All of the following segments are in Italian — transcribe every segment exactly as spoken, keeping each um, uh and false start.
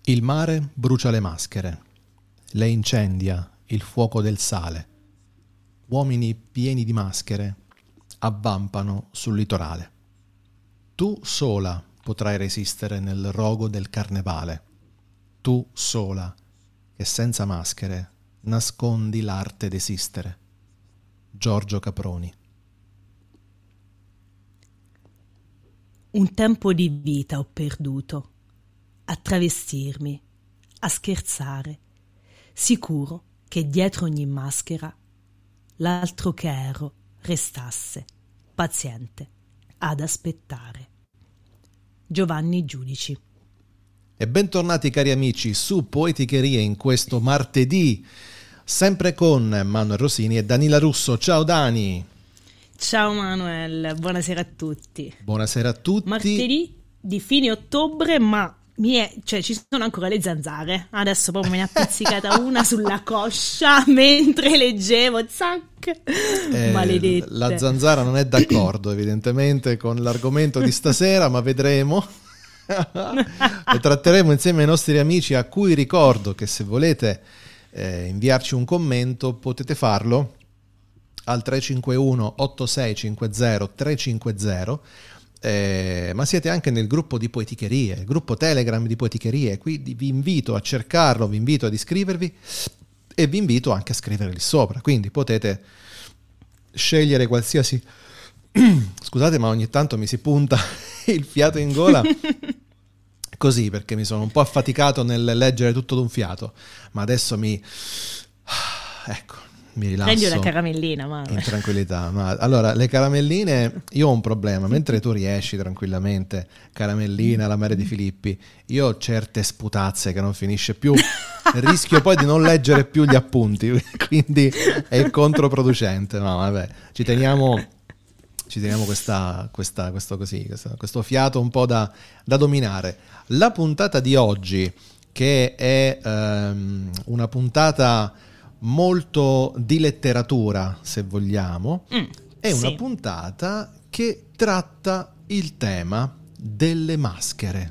Il mare brucia le maschere, le incendia il fuoco del sale. Uomini pieni di maschere avvampano sul litorale. Tu sola potrai resistere nel rogo del carnevale. Tu sola, che senza maschere nascondi l'arte d'esistere. Giorgio Caproni. Un tempo di vita ho perduto, a travestirmi, a scherzare, sicuro che dietro ogni maschera l'altro che ero restasse, paziente, ad aspettare. Giovanni Giudici. E bentornati cari amici su Poeticherie in questo martedì, sempre con Manuel Rosini e Danila Russo. Ciao Dani! Ciao Manuel, buonasera a tutti. Buonasera a tutti. Martedì di fine ottobre, ma mi è, cioè, ci sono ancora le zanzare. Adesso proprio me ne ha pizzicata una sulla coscia mentre leggevo, zac, eh, maledette. La zanzara non è d'accordo evidentemente con l'argomento di stasera, ma vedremo. E tratteremo insieme ai nostri amici, a cui ricordo che se volete eh, inviarci un commento potete farlo al tre cinque uno otto sei cinque zero tre cinque zero, eh, ma siete anche nel gruppo di Poeticherie, il gruppo Telegram di Poeticherie, quindi vi invito a cercarlo, vi invito ad iscrivervi e vi invito anche a scrivere lì sopra, quindi potete scegliere qualsiasi scusate ma ogni tanto mi si punta il fiato in gola così perché mi sono un po' affaticato nel leggere tutto d'un fiato, ma adesso mi ecco mi rilasso. Prendi una caramellina, ma in tranquillità. Ma allora, le caramelline, io ho un problema, mentre tu riesci tranquillamente, caramellina, la Mare di Filippi, io ho certe sputazze che non finisce più, rischio poi di non leggere più gli appunti, quindi è controproducente. No, vabbè, ci teniamo ci teniamo questa, questa, questo così, questo, questo fiato un po' da, da dominare. La puntata di oggi, che è um, una puntata molto di letteratura, se vogliamo, mm, è una sì. puntata che tratta il tema delle maschere.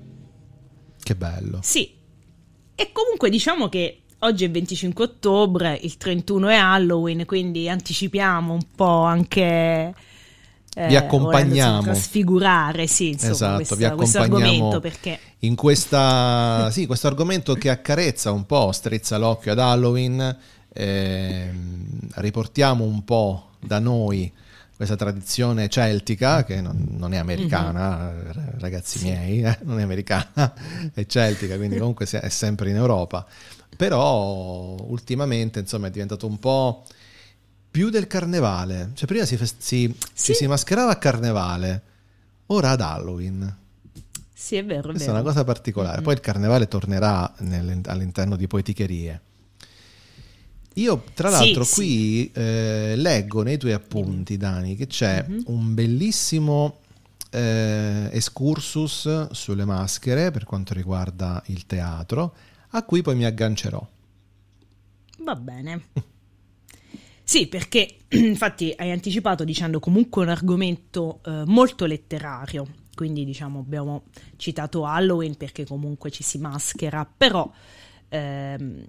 Che bello. Sì, e comunque diciamo che oggi è venticinque ottobre, il trentuno è Halloween, quindi anticipiamo un po' anche... Eh, vi accompagniamo a sfigurare sì, insomma, esatto, questo, vi questo accompagniamo argomento perché... in questa sì, questo argomento che accarezza un po', strizza l'occhio ad Halloween, eh, riportiamo un po' da noi questa tradizione celtica che non, non è americana, mm-hmm. ragazzi sì. miei, eh, non è americana, è celtica, quindi comunque è sempre in Europa, però ultimamente insomma è diventato un po' più del carnevale, cioè prima si, fest- si, sì. ci si mascherava a carnevale, ora ad Halloween. Sì, è vero, è Questa vero. è una cosa particolare. Mm-hmm. Poi il carnevale tornerà nel, all'interno di Poeticherie. Io tra l'altro sì, qui sì. Eh, leggo nei tuoi appunti, Dani, che c'è mm-hmm. un bellissimo eh, excursus sulle maschere per quanto riguarda il teatro, a cui poi mi aggancerò. Va bene. Sì, perché infatti hai anticipato dicendo comunque un argomento eh, molto letterario, quindi diciamo abbiamo citato Halloween perché comunque ci si maschera, però ehm,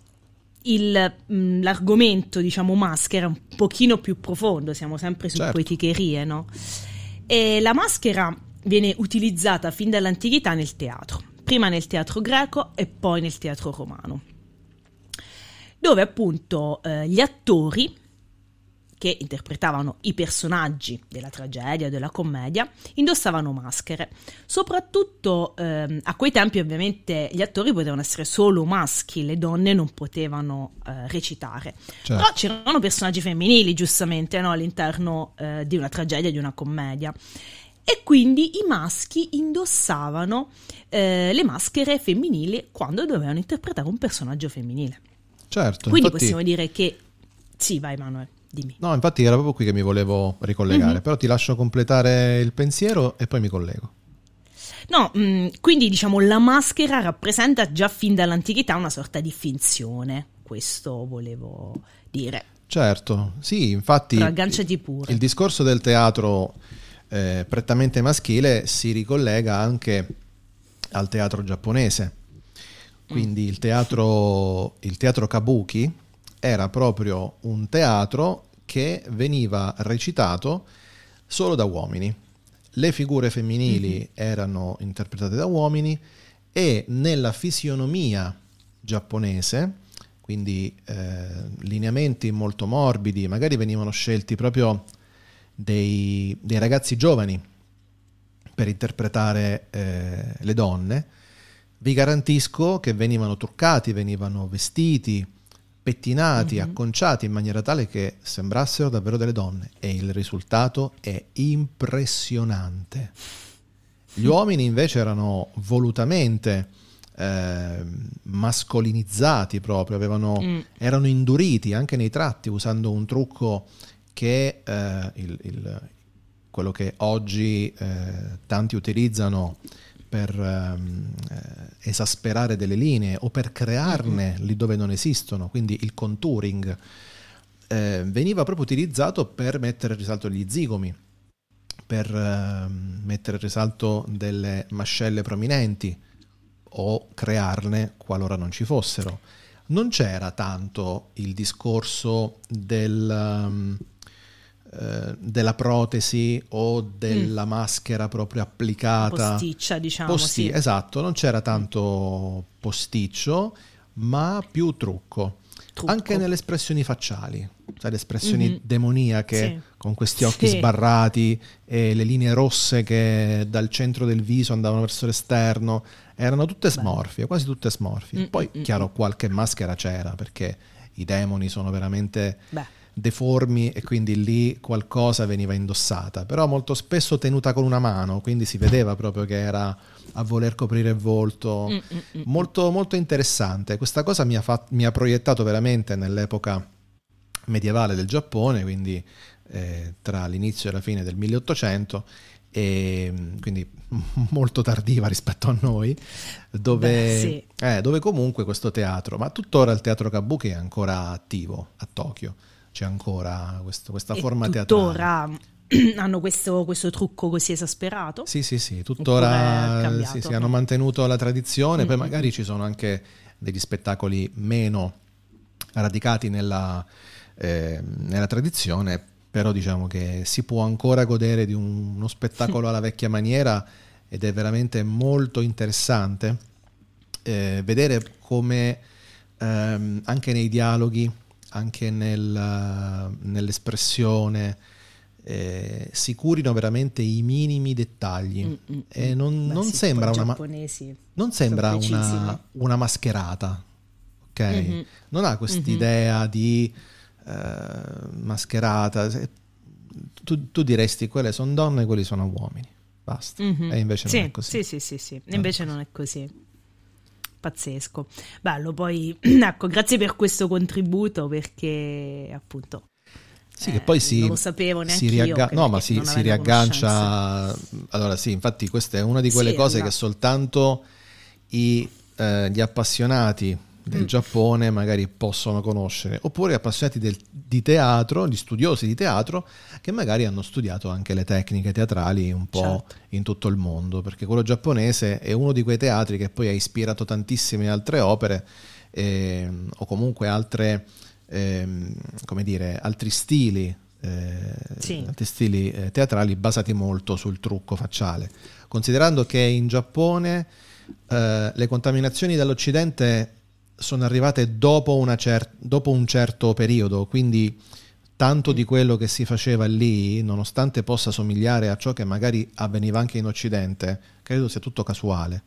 il, mh, l'argomento diciamo maschera è un pochino più profondo, siamo sempre su certo. Poeticherie, no? E la maschera viene utilizzata fin dall'antichità nel teatro, prima nel teatro greco e poi nel teatro romano, dove appunto eh, gli attori che interpretavano i personaggi della tragedia o della commedia indossavano maschere. Soprattutto ehm, a quei tempi ovviamente gli attori potevano essere solo maschi, le donne non potevano eh, recitare. Certo. Però c'erano personaggi femminili giustamente, no, all'interno eh, di una tragedia, di una commedia. E quindi i maschi indossavano eh, le maschere femminili quando dovevano interpretare un personaggio femminile. Certo, quindi infatti... possiamo dire che sì, vai Manuel, dimmi. No, infatti era proprio qui che mi volevo ricollegare, mm-hmm. però ti lascio completare il pensiero e poi mi collego. No, mh, quindi diciamo la maschera rappresenta già fin dall'antichità una sorta di finzione, questo volevo dire. Certo, sì, infatti però agganciati pure. Il discorso del teatro eh, prettamente maschile si ricollega anche al teatro giapponese, Quindi il teatro, il teatro kabuki era proprio un teatro che veniva recitato solo da uomini. Le figure femminili mm-hmm. erano interpretate da uomini e nella fisionomia giapponese, quindi eh, lineamenti molto morbidi, magari venivano scelti proprio dei, dei ragazzi giovani per interpretare eh, le donne. Vi garantisco che venivano truccati, venivano vestiti, pettinati, mm-hmm. acconciati in maniera tale che sembrassero davvero delle donne, e il risultato è impressionante. Gli uomini invece erano volutamente eh, mascolinizzati proprio, avevano, mm. erano induriti anche nei tratti, usando un trucco che eh, il, il, quello che oggi eh, tanti utilizzano per ehm, eh, esasperare delle linee o per crearne mm-hmm. lì dove non esistono, quindi il contouring eh, veniva proprio utilizzato per mettere in risalto gli zigomi, per eh, mettere in risalto delle mascelle prominenti o crearne qualora non ci fossero. Non c'era tanto il discorso del... Um, della protesi o della mm. maschera proprio applicata, posticcia, diciamo. Posti- sì. Esatto, non c'era tanto posticcio, ma più trucco, trucco. Anche nelle espressioni facciali, sai, le espressioni mm-hmm. demoniache, sì. con questi occhi sì. sbarrati e le linee rosse che dal centro del viso andavano verso l'esterno, erano tutte smorfie, Beh. quasi tutte smorfie. Mm-mm. Poi chiaro, qualche maschera c'era, perché i demoni sono veramente Beh. deformi e quindi lì qualcosa veniva indossata, però molto spesso tenuta con una mano, quindi si vedeva proprio che era a voler coprire il volto. Mm-mm. molto molto interessante. Questa cosa mi ha, fatto, mi ha proiettato veramente nell'epoca medievale del Giappone, quindi eh, tra l'inizio e la fine del milleottocento, e quindi molto tardiva rispetto a noi, dove, Beh, sì. eh, dove comunque questo teatro, ma tuttora il teatro kabuki è ancora attivo a Tokyo. C'è ancora questo, questa e forma tuttora teatrale. Hanno questo, questo trucco così esasperato? Sì, sì, sì, tuttora sì, sì, hanno mantenuto la tradizione, mm-hmm. poi magari ci sono anche degli spettacoli meno radicati nella, eh, nella tradizione, però diciamo che si può ancora godere di un, uno spettacolo alla vecchia maniera, ed è veramente molto interessante eh, vedere come ehm, anche nei dialoghi, anche nel, nell'espressione eh, si curino veramente i minimi dettagli. Mm-mm. E non, Beh, non sì, sembra una non sembra una, una mascherata, ok? Mm-hmm. Non ha quest'idea mm-hmm. di uh, mascherata. Tu, tu diresti quelle sono donne, quelli sono uomini, basta. Mm-hmm. E invece sì, non è così. Sì, sì, sì, sì. Non invece è non è così. Pazzesco, bello. Poi ecco, grazie per questo contributo, perché appunto sì, eh, che poi si, non lo sapevo neanche si riagga- io, no, ma si, si riaggancia. Allora sì, infatti questa è una di quelle sì, cose allora. che soltanto i, eh, gli appassionati del mm. Giappone magari possono conoscere, oppure appassionati del, di teatro, gli studiosi di teatro, che magari hanno studiato anche le tecniche teatrali un po' certo. in tutto il mondo, perché quello giapponese è uno di quei teatri che poi ha ispirato tantissime altre opere eh, o comunque altre eh, come dire, altri stili eh, sì. altri stili eh, teatrali basati molto sul trucco facciale, considerando che in Giappone eh, le contaminazioni dall'Occidente sono arrivate dopo, una cer- dopo un certo periodo, quindi tanto di quello che si faceva lì, nonostante possa somigliare a ciò che magari avveniva anche in Occidente, credo sia tutto casuale.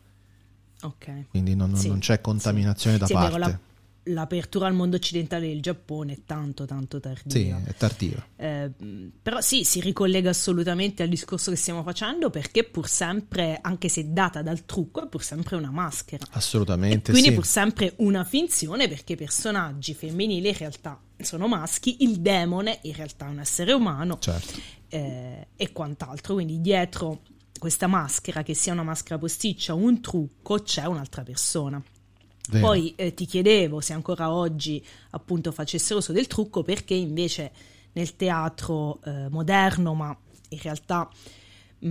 Ok. Quindi non, sì. non c'è contaminazione sì. da sì, parte. La, l'apertura al mondo occidentale del Giappone è tanto tanto tardiva. Sì, è tardiva. Eh, però sì, si ricollega assolutamente al discorso che stiamo facendo, perché pur sempre, anche se data dal trucco, è pur sempre una maschera. Assolutamente, e quindi sì. pur sempre una finzione, perché i personaggi femminili in realtà sono maschi, il demone in realtà è un essere umano, certo. eh, e quant'altro. Quindi dietro questa maschera, che sia una maschera posticcia o un trucco, c'è un'altra persona. Vero. Poi eh, ti chiedevo se ancora oggi appunto facessero uso del trucco, perché invece nel teatro eh, moderno, ma in realtà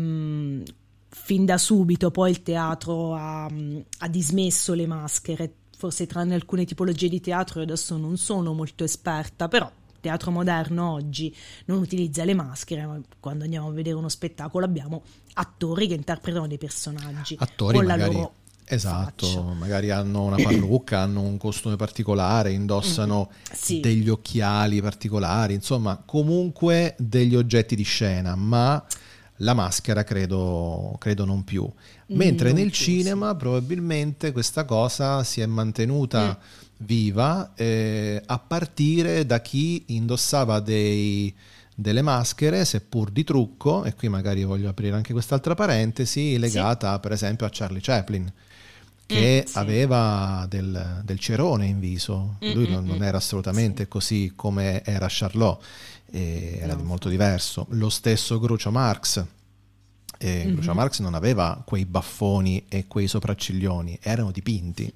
mh, fin da subito poi il teatro ha, ha dismesso le maschere, forse tranne alcune tipologie di teatro, io adesso non sono molto esperta, però teatro moderno oggi non utilizza le maschere, ma quando andiamo a vedere uno spettacolo abbiamo attori che interpretano dei personaggi attori con magari, la loro esatto, faccia. magari hanno una parrucca, hanno un costume particolare, indossano mm, sì. degli occhiali particolari, insomma comunque degli oggetti di scena, ma la maschera credo, credo non più. Mentre non nel più, cinema sì. probabilmente questa cosa si è mantenuta mm. viva, eh, a partire da chi indossava dei, delle maschere, seppur di trucco, e qui magari voglio aprire anche quest'altra parentesi legata sì. per esempio a Charlie Chaplin, che mm, sì. aveva del, del cerone in viso. Mm, lui non, non era assolutamente sì. così come era Charlot, eh, era no. molto diverso. Lo stesso Groucho Marx. E mm-hmm. Groucho Marx non aveva quei baffoni e quei sopracciglioni, erano dipinti.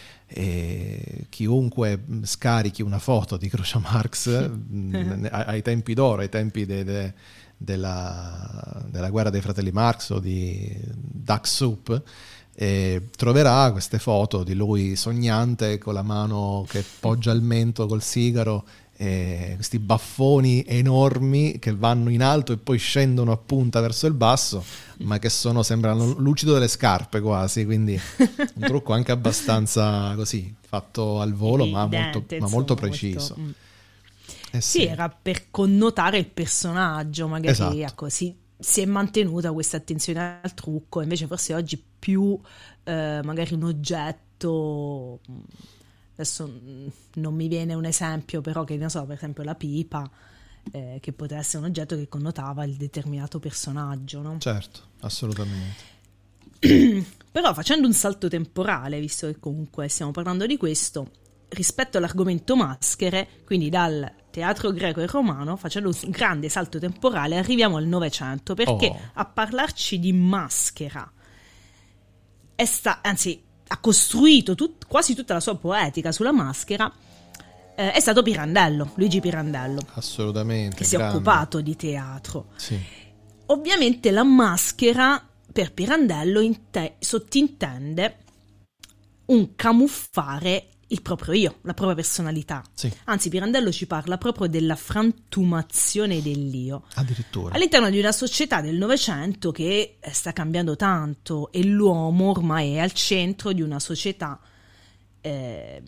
E chiunque scarichi una foto di Groucho Marx ai, ai tempi d'oro, ai tempi de, de, della, della guerra dei fratelli Marx o di Duck Soup, e troverà queste foto di lui sognante con la mano che poggia il mento col sigaro, e questi baffoni enormi che vanno in alto e poi scendono a punta verso il basso, ma che sono, sembrano lucido delle scarpe quasi, quindi un trucco anche abbastanza così fatto al volo, ma molto, ma molto preciso. Molto... Eh sì. sì, era per connotare il personaggio, magari esatto. ecco, si, si è mantenuta questa attenzione al trucco, invece forse oggi più eh, magari un oggetto, adesso non mi viene un esempio, però che ne so, per esempio la pipa, eh, che poteva essere un oggetto che connotava il determinato personaggio, no? Certo, assolutamente. Però facendo un salto temporale, visto che comunque stiamo parlando di questo, rispetto all'argomento maschere, quindi dal teatro greco e romano, facendo un grande salto temporale, arriviamo al Novecento, perché oh. a parlarci di maschera è sta- anzi ha costruito tut- quasi tutta la sua poetica sulla maschera, eh, è stato Pirandello, Luigi Pirandello. Assolutamente. Che si è occupato di teatro. Sì. Ovviamente la maschera per Pirandello inte- sottintende un camuffare il proprio io, la propria personalità. Sì. Anzi, Pirandello ci parla proprio della frantumazione dell'io. Addirittura. All'interno di una società del Novecento che sta cambiando tanto e l'uomo ormai è al centro di una società eh,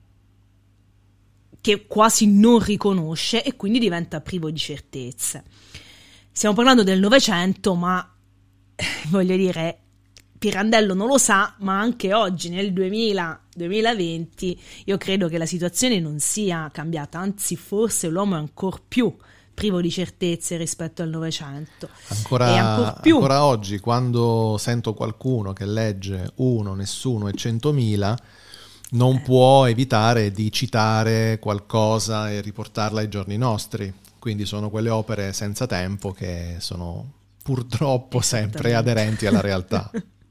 che quasi non riconosce e quindi diventa privo di certezze. Stiamo parlando del Novecento, ma voglio dire, Pirandello non lo sa, ma anche oggi nel duemila duemilaventi io credo che la situazione non sia cambiata, anzi forse l'uomo è ancora più privo di certezze rispetto al Novecento. Ancora, e ancora, più... ancora oggi, quando sento qualcuno che legge Uno, Nessuno e Centomila, non eh. può evitare di citare qualcosa e riportarla ai giorni nostri. Quindi sono quelle opere senza tempo che sono purtroppo sempre aderenti alla realtà.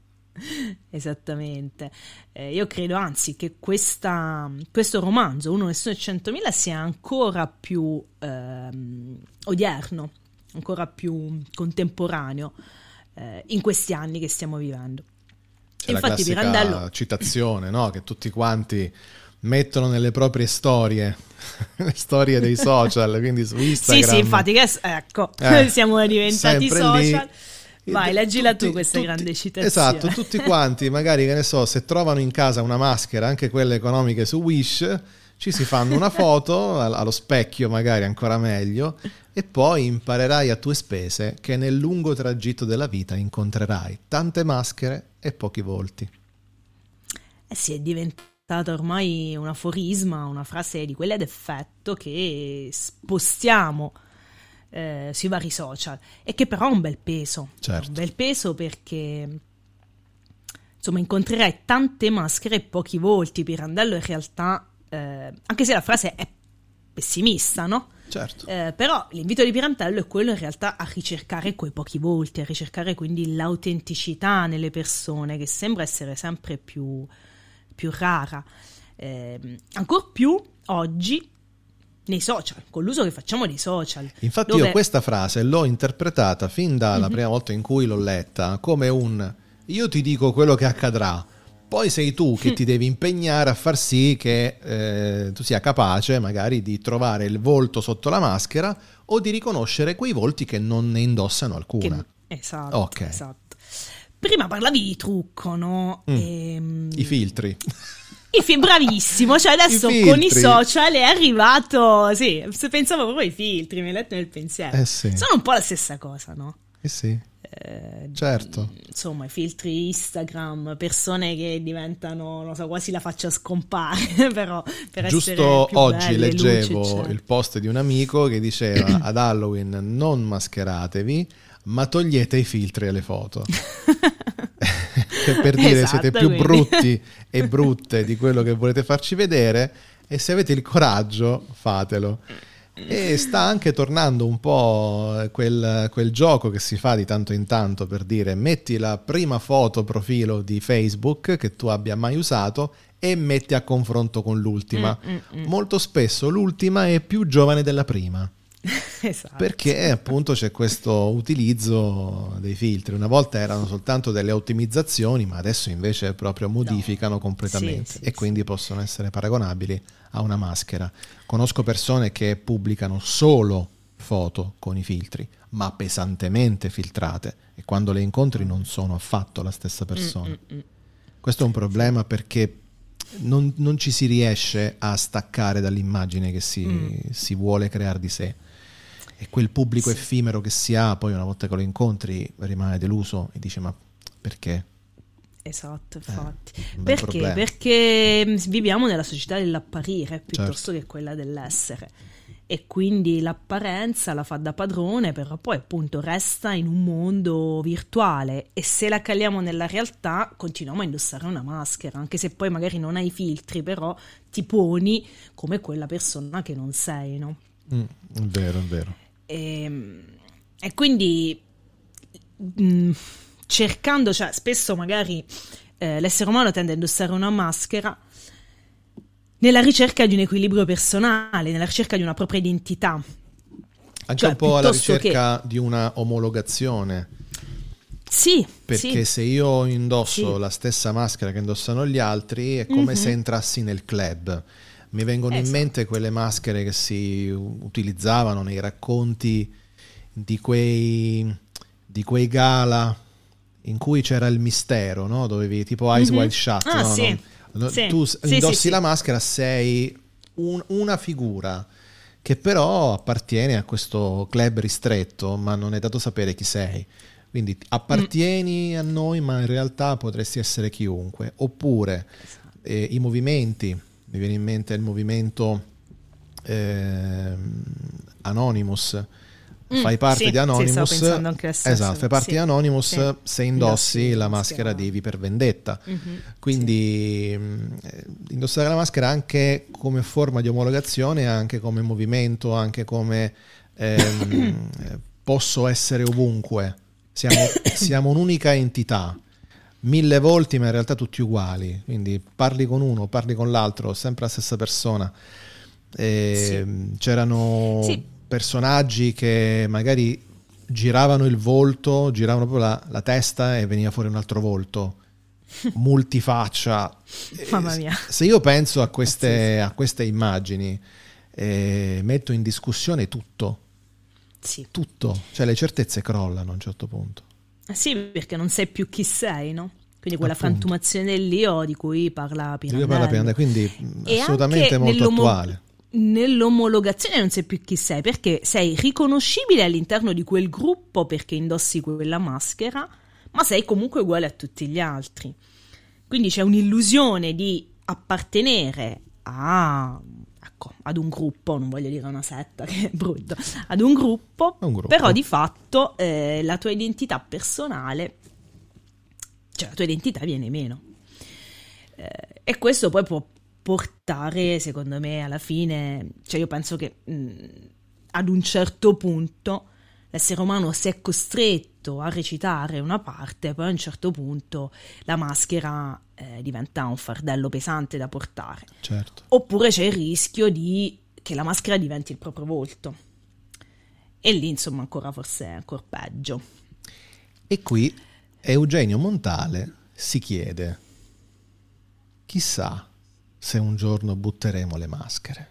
Esattamente. Eh, io credo anzi che questa, questo romanzo Uno, Nessuno e Centomila sia ancora più ehm, odierno, ancora più contemporaneo eh, in questi anni che stiamo vivendo. C'è Infatti, la classica Pirandello... citazione, no? Che tutti quanti mettono nelle proprie storie, le storie dei social, quindi su Instagram. Sì, sì, infatti, che, ecco, eh, siamo diventati social. Lì. Vai, leggila tutti, tu questa tutti, grande citazione. Esatto, tutti quanti, magari, che ne so, se trovano in casa una maschera, anche quelle economiche su Wish, ci si fanno una foto allo specchio, magari ancora meglio, e poi imparerai a tue spese che nel lungo tragitto della vita incontrerai tante maschere e pochi volti. Eh sì, è diventata ormai un aforisma, una frase di quelle ad effetto che spostiamo Eh, sui vari social, e che però ha un bel peso. Certo. Un bel peso perché insomma incontrerai tante maschere e pochi volti. Pirandello in realtà eh, anche se la frase è pessimista, no? Certo. Eh, però l'invito di Pirandello è quello in realtà a ricercare quei pochi volti, a ricercare quindi l'autenticità nelle persone, che sembra essere sempre più, più rara, eh, ancor più oggi nei social, con l'uso che facciamo dei social. Infatti dove... io questa frase l'ho interpretata fin dalla mm-hmm. prima volta in cui l'ho letta come un: io ti dico quello che accadrà, Poi sei tu che ti devi impegnare a far sì che eh, tu sia capace magari di trovare il volto sotto la maschera o di riconoscere quei volti che non ne indossano alcuna. Che, esatto, okay. esatto. Prima parlavi di trucco, no? Mm. Ehm... I filtri. I fi- bravissimo, cioè adesso I con i social è arrivato, sì, se pensavo proprio ai filtri, mi hai letto nel pensiero. Eh sì. Sono un po' la stessa cosa, no? Eh sì. Eh, certo. Insomma, i filtri Instagram, persone che diventano, non so, quasi la faccia scompare, però per Giusto essere più oggi belle, leggevo luci, cioè. il post di un amico che diceva ad Halloween non mascheratevi, ma togliete i filtri alle foto. Per dire Esatto, siete più quindi. brutti e brutte di quello che volete farci vedere, e se avete il coraggio fatelo. E sta anche tornando un po' quel, quel gioco che si fa di tanto in tanto per dire metti la prima foto profilo di Facebook che tu abbia mai usato e metti a confronto con l'ultima. Mm, mm, mm. Molto spesso l'ultima è più giovane della prima. Esatto. Perché appunto c'è questo utilizzo dei filtri. Una volta erano soltanto delle ottimizzazioni, ma adesso invece proprio modificano No. completamente Sì, sì, e quindi sì. possono essere paragonabili a una maschera. Conosco persone che pubblicano solo foto con i filtri, ma pesantemente filtrate, e quando le incontri non sono affatto la stessa persona. Mm, mm, mm. Questo è un problema perché non, non ci si riesce a staccare dall'immagine che si, Mm. si vuole creare di sé. E quel pubblico Sì. effimero che si ha, poi una volta che lo incontri rimane deluso e dice ma perché? Esatto, infatti. Eh, un bel Perché? problema. Perché viviamo nella società dell'apparire piuttosto Certo. che quella dell'essere. E quindi l'apparenza la fa da padrone, però poi appunto resta in un mondo virtuale, e se la caliamo nella realtà continuiamo a indossare una maschera, anche se poi magari non hai filtri, però ti poni come quella persona che non sei, no? Mm, è vero, è vero. E, e quindi mh, cercando, cioè spesso magari eh, l'essere umano tende a indossare una maschera nella ricerca di un equilibrio personale, nella ricerca di una propria identità. Anche Cioè, un po' alla piuttosto ricerca di una omologazione, Sì, perché sì, se io indosso Sì. la stessa maschera che indossano gli altri è come Mhm. se entrassi nel club. Mi vengono in Esatto. mente quelle maschere che si utilizzavano nei racconti di quei, di quei gala in cui c'era il mistero, no? Dovevi tipo Eyes Mhm. Wide Shut, Ah, no? sì. No? No, Sì. tu Sì, indossi sì, sì. la maschera, sei un- una figura che però appartiene a questo club ristretto, ma non è dato sapere chi sei. Quindi appartieni a noi, ma in realtà potresti essere chiunque. Oppure eh, i movimenti, mi viene in mente il movimento ehm, Anonymous. Fai Mm, parte sì, di Anonymous, sì, stavo pensando anche alla stessa, esatto, fai parte sì. di Anonymous Sì. se indossi Indossi la la maschera maschera. di V per Vendetta. Mhm, Quindi mh, eh, indossare la maschera anche come forma di omologazione, anche come movimento, anche come ehm, eh, posso essere ovunque. Siamo, siamo un'unica entità, mille volti, ma in realtà tutti uguali. Quindi parli con uno, parli con l'altro, sempre la stessa persona. E, Sì. c'erano Sì. personaggi che magari giravano il volto, giravano proprio la, la testa e veniva fuori un altro volto, multifaccia. Mamma mia. Se io penso a queste, a queste immagini, eh, metto in discussione tutto, Sì. tutto, cioè le certezze crollano a un certo punto. Eh sì, perché non sai più chi sei, no? Quindi quella Appunto. frantumazione dell'io di cui parla Di cui Pirandello. parla Pirandello, quindi mh, E assolutamente anche molto nell'omo- attuale. Nell'omologazione non sai più chi sei, perché sei riconoscibile all'interno di quel gruppo perché indossi quella maschera, ma sei comunque uguale a tutti gli altri. Quindi c'è un'illusione di appartenere a, ecco, ad un gruppo, non voglio dire una setta che è brutto, ad un gruppo, Un gruppo. però di fatto eh, la tua identità personale, cioè la tua identità viene meno. Eh, e questo poi può portare, secondo me, alla fine, cioè io penso che mh, ad un certo punto l'essere umano si è costretto a recitare una parte, poi a un certo punto la maschera eh, diventa un fardello pesante da portare. Certo. Oppure c'è il rischio di che la maschera diventi il proprio volto. E lì, insomma, ancora forse è ancora peggio. E qui Eugenio Montale si chiede: chissà se un giorno butteremo le maschere.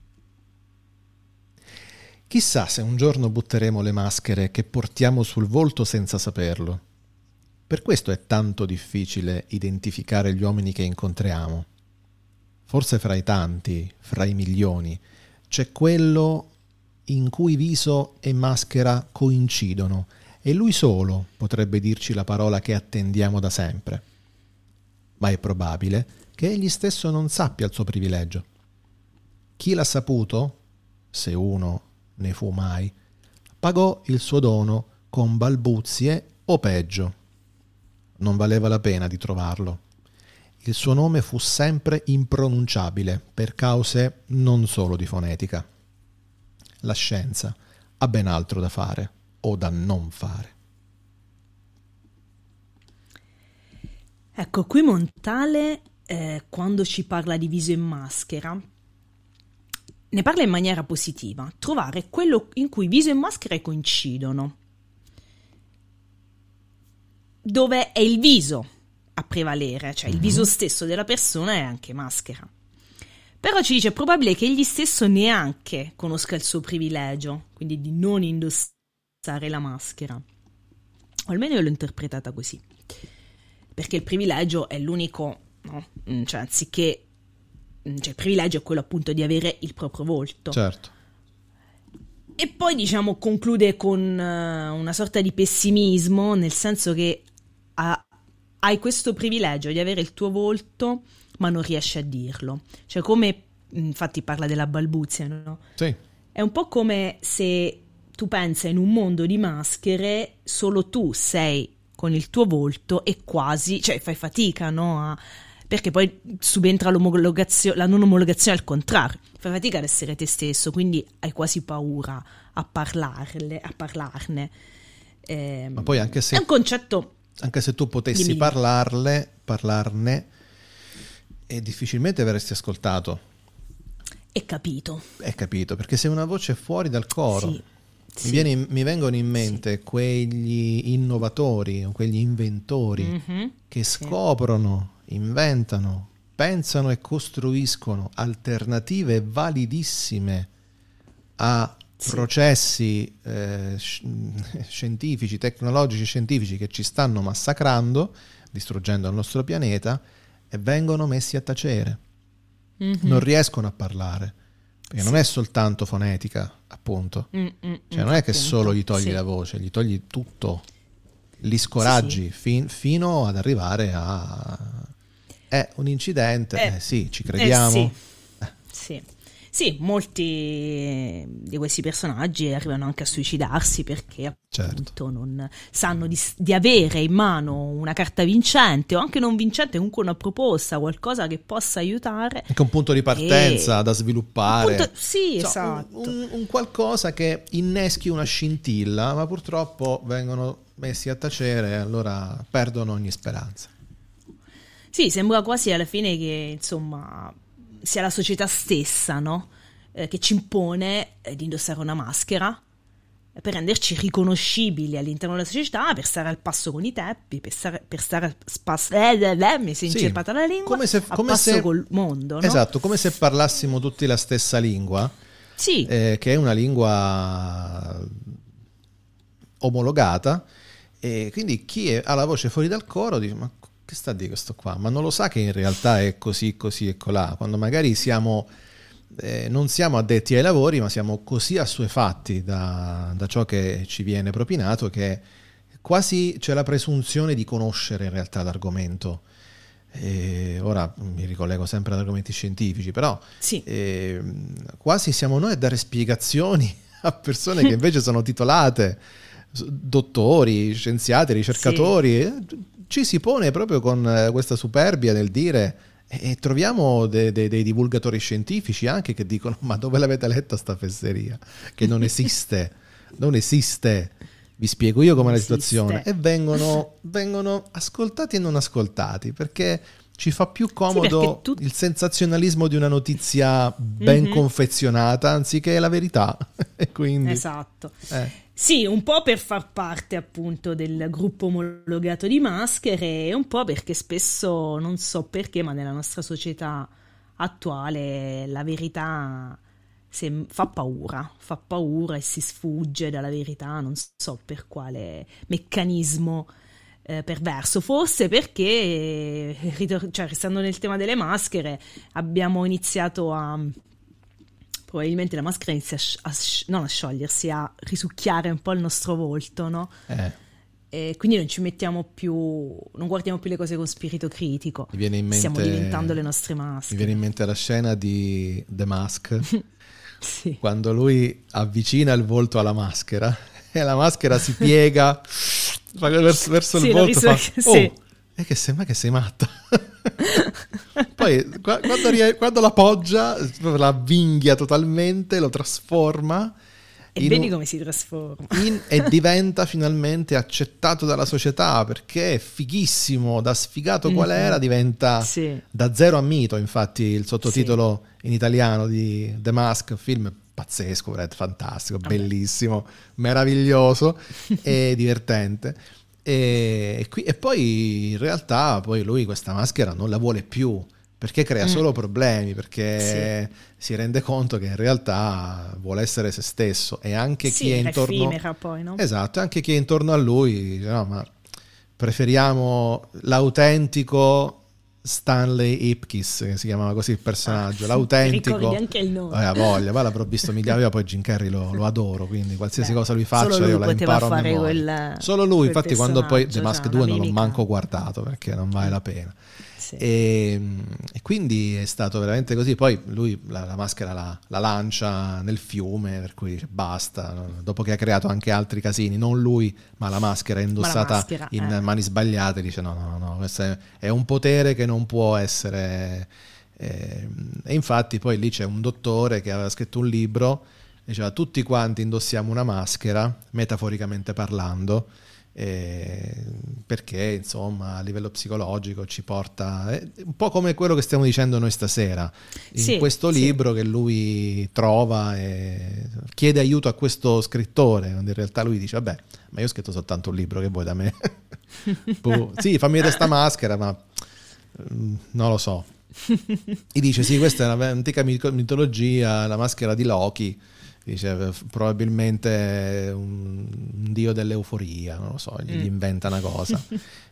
Chissà se un giorno butteremo le maschere che portiamo sul volto senza saperlo. Per questo è tanto difficile identificare gli uomini che incontriamo. Forse fra i tanti, fra i milioni, c'è quello in cui viso e maschera coincidono e lui solo potrebbe dirci la parola che attendiamo da sempre. Ma è probabile che egli stesso non sappia il suo privilegio. Chi l'ha saputo, se uno ne fu mai, pagò il suo dono con balbuzie o peggio. Non valeva la pena di trovarlo. Il suo nome fu sempre impronunciabile per cause non solo di fonetica. La scienza ha ben altro da fare o da non fare. Ecco, qui Montale, eh, quando ci parla di viso e maschera, ne parla in maniera positiva. Trovare quello in cui viso e maschera coincidono, dove è il viso a prevalere, cioè il viso stesso della persona è anche maschera. Però ci dice, è probabile che egli stesso neanche conosca il suo privilegio, quindi di non indossare la maschera. O almeno io l'ho interpretata così. Perché il privilegio è l'unico, no? Cioè, anziché, cioè il privilegio è quello appunto di avere il proprio volto. Certo. E poi, diciamo, conclude con uh, una sorta di pessimismo, nel senso che ha hai questo privilegio di avere il tuo volto, ma non riesci a dirlo. Cioè, come, infatti parla della balbuzia, no? Sì. È un po' come se tu pensi in un mondo di maschere, solo tu sei con il tuo volto e quasi, cioè fai fatica, no? A, perché poi subentra l'omologazione, la non omologazione al contrario. Fai fatica ad essere te stesso, quindi hai quasi paura a parlarle, a parlarne. Eh, ma poi anche se... È un concetto... Anche se tu potessi Dimmi. parlarle, parlarne, e difficilmente verresti ascoltato. E capito. È capito, perché se una voce è fuori dal coro, Sì, mi, sì. viene in- mi vengono in mente sì. quegli innovatori, quegli inventori Mm-hmm. che Sì. scoprono, inventano, pensano e costruiscono alternative validissime a Sì. processi eh, scientifici, tecnologici, scientifici che ci stanno massacrando, distruggendo il nostro pianeta, e vengono messi a tacere. Mm-hmm. Non riescono a parlare, perché Sì. non è soltanto fonetica, appunto. Mm-mm, Cioè non è che appunto, solo gli togli sì. la voce, gli togli tutto, li scoraggi Sì, sì. fin- fino ad arrivare a... È un incidente, Eh, eh, sì, ci crediamo. Eh, sì. Sì. Sì, molti di questi personaggi arrivano anche a suicidarsi perché appunto Certo. non sanno di, di avere in mano una carta vincente o anche non vincente, comunque una proposta, qualcosa che possa aiutare. Anche un punto di partenza E- da sviluppare. Appunto, sì, Insomma, esatto. un, un- un qualcosa che inneschi una scintilla, ma purtroppo vengono messi a tacere e allora perdono ogni speranza. Sì, sembra quasi alla fine che, insomma, sia la società stessa, no? Eh, che ci impone eh, di indossare una maschera eh, per renderci riconoscibili all'interno della società, per stare al passo con i tempi, per stare, per stare al spasso, eh, eh, eh, mi si è Sì, inceppata la lingua, come se- al come passo se- col mondo, no? Esatto, come se parlassimo tutti la stessa lingua, Sì, eh, che è una lingua omologata, e quindi chi è- ha la voce fuori dal coro dice: ma che sta di questo qua? Ma non lo sa che in realtà è così, così e colà, quando magari siamo eh, non siamo addetti ai lavori, ma siamo così assuefatti da, da ciò che ci viene propinato che quasi c'è la presunzione di conoscere in realtà l'argomento. E ora mi ricollego sempre ad argomenti scientifici, però sì. eh, quasi siamo noi a dare spiegazioni a persone che invece sono titolate, dottori, scienziati, ricercatori. Sì. Ci si pone proprio con questa superbia nel dire, e troviamo de, de, dei divulgatori scientifici anche che dicono: ma dove l'avete letta sta fesseria? Che non esiste, non esiste. Vi spiego io com'è la situazione. E vengono, vengono ascoltati e non ascoltati, perché ci fa più comodo sì, tu... il sensazionalismo di una notizia ben mm-hmm. confezionata anziché la verità. E quindi, esatto. Eh. Sì, un po' per far parte appunto del gruppo omologato di maschere e un po' perché spesso, non so perché, ma nella nostra società attuale la verità se- fa paura, fa paura e si sfugge dalla verità, non so per quale meccanismo eh, perverso, forse perché, eh, ritor- cioè, restando nel tema delle maschere, abbiamo iniziato a probabilmente la maschera inizia a, sci- a sci- non a sciogliersi, a risucchiare un po' il nostro volto, no? Eh, E quindi non ci mettiamo più, non guardiamo più le cose con spirito critico, mi viene in mente, stiamo diventando le nostre mi maschere. viene in mente la scena di The Mask, Sì. quando lui avvicina il volto alla maschera e la maschera si piega fa verso, verso Sì, il lo volto, fa, risu- oh, sì. e che sembra che sei matta. Poi qua- quando, rie- quando la poggia, proprio la avvinghia totalmente, lo trasforma E in vedi un- come si trasforma. in- e diventa finalmente accettato dalla società, perché è fighissimo, da sfigato qual era Mhm. diventa Sì. da zero a mito. Infatti il sottotitolo in italiano di The Mask, film pazzesco, veramente fantastico, Vabbè. bellissimo, meraviglioso e divertente. E, e qui- e poi in realtà poi lui questa maschera non la vuole più, perché crea Mm. solo problemi, perché si rende conto che in realtà vuole essere se stesso, e anche Sì, chi è era intorno, effimera poi, no? esatto, anche chi è intorno a lui dice, no, ma preferiamo l'autentico Stanley Ipkiss, che si chiamava così il personaggio, Ah, l'autentico. ricordi anche il nome. Eh, ha voglia, poi l'avrò visto miliardi, io poi Jim Carrey lo, lo adoro, quindi qualsiasi Beh, cosa lui faccia solo lui io la poteva imparo a fare memoria. quel- Solo lui, quel infatti quando poi The personaggio, Mask cioè, due una non l'ho mimica. manco guardato perché non vale la pena. Sì. E, e quindi è stato veramente così. Poi lui la, la maschera la, la lancia nel fiume, per cui dice basta, no? Dopo che ha creato anche altri casini, non lui ma la maschera indossata maschera, in eh. mani sbagliate, dice no no no, questo è, è un potere che non può essere eh, e infatti poi lì c'è un dottore che aveva scritto un libro, diceva tutti quanti indossiamo una maschera, metaforicamente parlando, eh, perché insomma a livello psicologico ci porta, è un po' come quello che stiamo dicendo noi stasera in Sì, questo sì. libro che lui trova e chiede aiuto a questo scrittore, quando in realtà lui dice vabbè, ma io ho scritto soltanto un libro, che vuoi da me? Boh, sì, fammi vedere sta maschera, ma mm, non lo so. Gli dice sì, questa è un'antica mitologia, la maschera di Loki, dice probabilmente un, un dio dell'euforia, non lo so, gli Mm. inventa una cosa.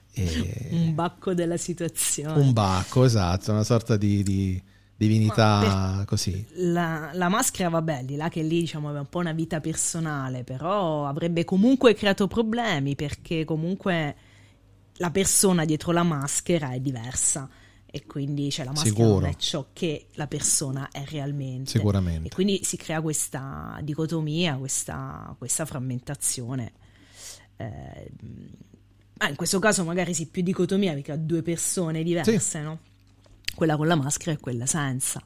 E- Un bacco della situazione. un bacco, esatto, una sorta di, di divinità Ma così. La, la maschera, vabbè, di là che lì diciamo aveva un po' una vita personale, però avrebbe comunque creato problemi perché comunque la persona dietro la maschera è diversa e quindi cioè, la maschera Sicuro. non è ciò che la persona è realmente. Sicuramente. E quindi si crea questa dicotomia, questa, questa frammentazione. Eh, ah, in questo caso magari sì, più dicotomia perché ha due persone diverse, no? Quella con la maschera e quella senza.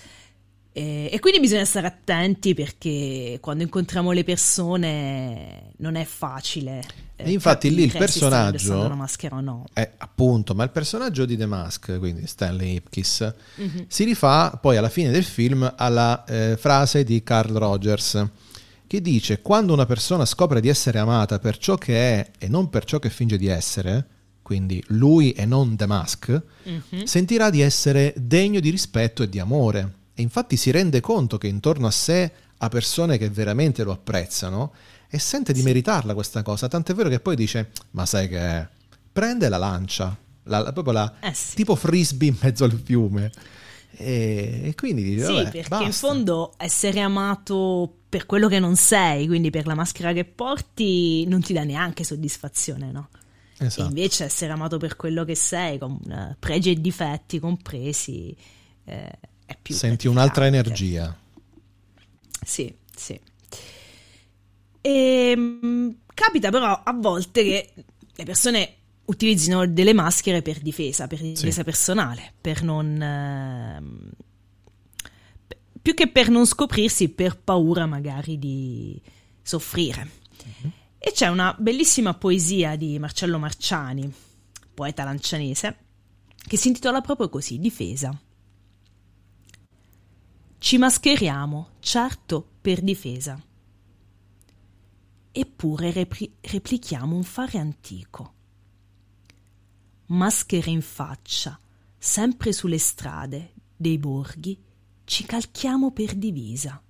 E, e quindi bisogna stare attenti perché quando incontriamo le persone non è facile. eh, E infatti lì il capire se stanno personaggio indossando una maschera o no. è appunto, ma il personaggio di The Mask, quindi Stanley Ipkiss, Mhm. si rifà poi alla fine del film alla eh, frase di Carl Rogers che dice: quando una persona scopre di essere amata per ciò che è e non per ciò che finge di essere, quindi lui e non The Mask, Mhm. sentirà di essere degno di rispetto e di amore. E infatti si rende conto che intorno a sé ha persone che veramente lo apprezzano e sente di Sì. meritarla questa cosa, tant'è vero che poi dice: ma sai che è? Prende la lancia, la, la- proprio la, Eh sì. tipo frisbee in mezzo al fiume, e, e quindi dice Sì, vabbè, perché basta. in fondo essere amato per quello che non sei, quindi per la maschera che porti, non ti dà neanche soddisfazione, no? E Esatto. invece essere amato per quello che sei, con eh, pregi e difetti compresi, eh, è più Senti un'altra gratificante. energia. Sì, sì. E, capita però a volte che le persone utilizzino delle maschere per difesa, per difesa Sì. personale, per non... ehm, p- più che per non scoprirsi, per paura magari di soffrire. E c'è una bellissima poesia di Marcello Marciani, poeta lancianese, che si intitola proprio così, Difesa. Ci mascheriamo, certo, per difesa. eppure repri- replichiamo un fare antico. Maschere in faccia, sempre sulle strade dei borghi, ci calchiamo per divisa.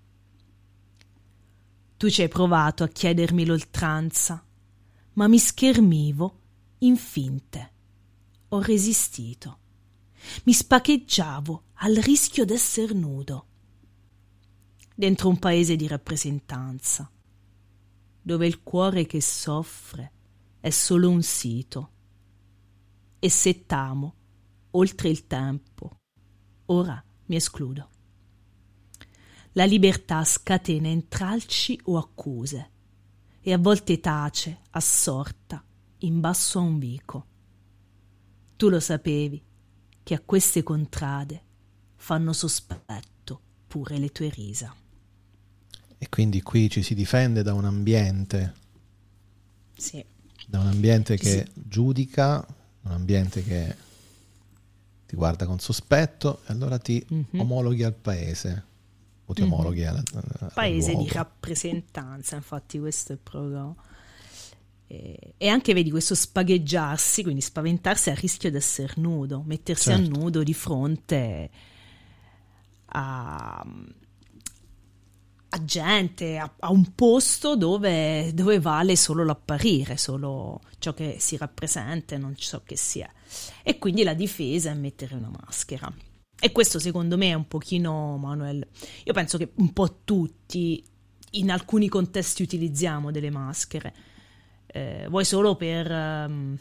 Tu ci hai provato a chiedermi l'oltranza, ma mi schermivo in finte. Ho resistito. Mi spacheggiavo al rischio d'esser nudo. Dentro un paese di rappresentanza, dove il cuore che soffre è solo un sito. E se t'amo, oltre il tempo, ora mi escludo. La libertà scatena intralci o accuse e a volte tace, assorta, in basso a un vico. Tu lo sapevi che a queste contrade fanno sospetto pure le tue risa. E quindi qui ci si difende da un ambiente, sì. da un ambiente Ci che si... giudica, un ambiente che ti guarda con sospetto e allora ti mm-hmm. omologhi al paese o ti mm-hmm. omologhi al, al paese luogo. Di rappresentanza, infatti questo è proprio... E, e anche vedi questo spagheggiarsi, quindi spaventarsi al rischio di essere nudo, mettersi certo. a nudo di fronte a... a gente, a, a un posto dove, dove vale solo l'apparire, solo ciò che si rappresenta, non ciò che si è. E quindi la difesa è mettere una maschera. E questo secondo me è un pochino, Manuel, io penso che un po' tutti in alcuni contesti utilizziamo delle maschere, eh, vuoi solo per, um,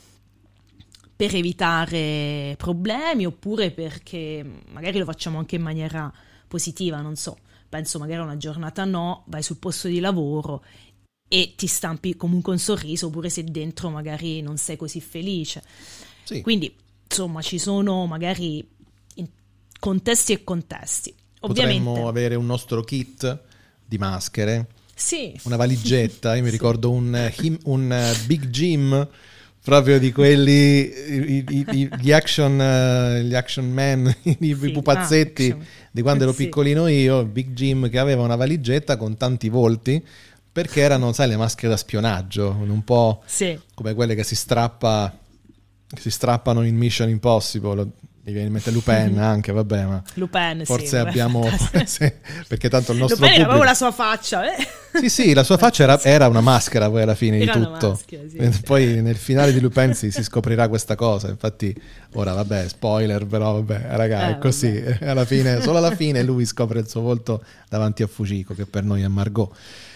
per evitare problemi oppure perché magari lo facciamo anche in maniera positiva, non so. Penso magari a una giornata no, vai sul posto di lavoro e ti stampi comunque un sorriso, oppure se dentro magari non sei così felice. Sì. Quindi, insomma, ci sono magari in contesti e contesti. Ovviamente, potremmo avere un nostro kit di maschere, sì. una valigetta, io mi sì. ricordo un, un Big Jim, proprio di quelli, i, i, i, gli, action, uh, gli action man, i, sì, i pupazzetti ah, di quando ero sì. piccolino io, Big Jim, che aveva una valigetta con tanti volti, perché erano, sai, le maschere da spionaggio, un po' sì. come quelle che si strappa, che si strappano in Mission Impossible. Mi viene in mente Lupin anche, vabbè, ma Lupin, forse sì, abbiamo sì, perché tanto il nostro Lupin pubblico... era proprio la sua faccia, eh? Sì, sì, la sua faccia era, era una maschera poi alla fine era di tutto. Maschera, sì. Poi nel finale di Lupin si, si scoprirà questa cosa, infatti ora vabbè, spoiler, però vabbè, raga, eh, è così, vabbè. alla fine, solo alla fine lui scopre il suo volto davanti a Fujiko, che per noi è Margot.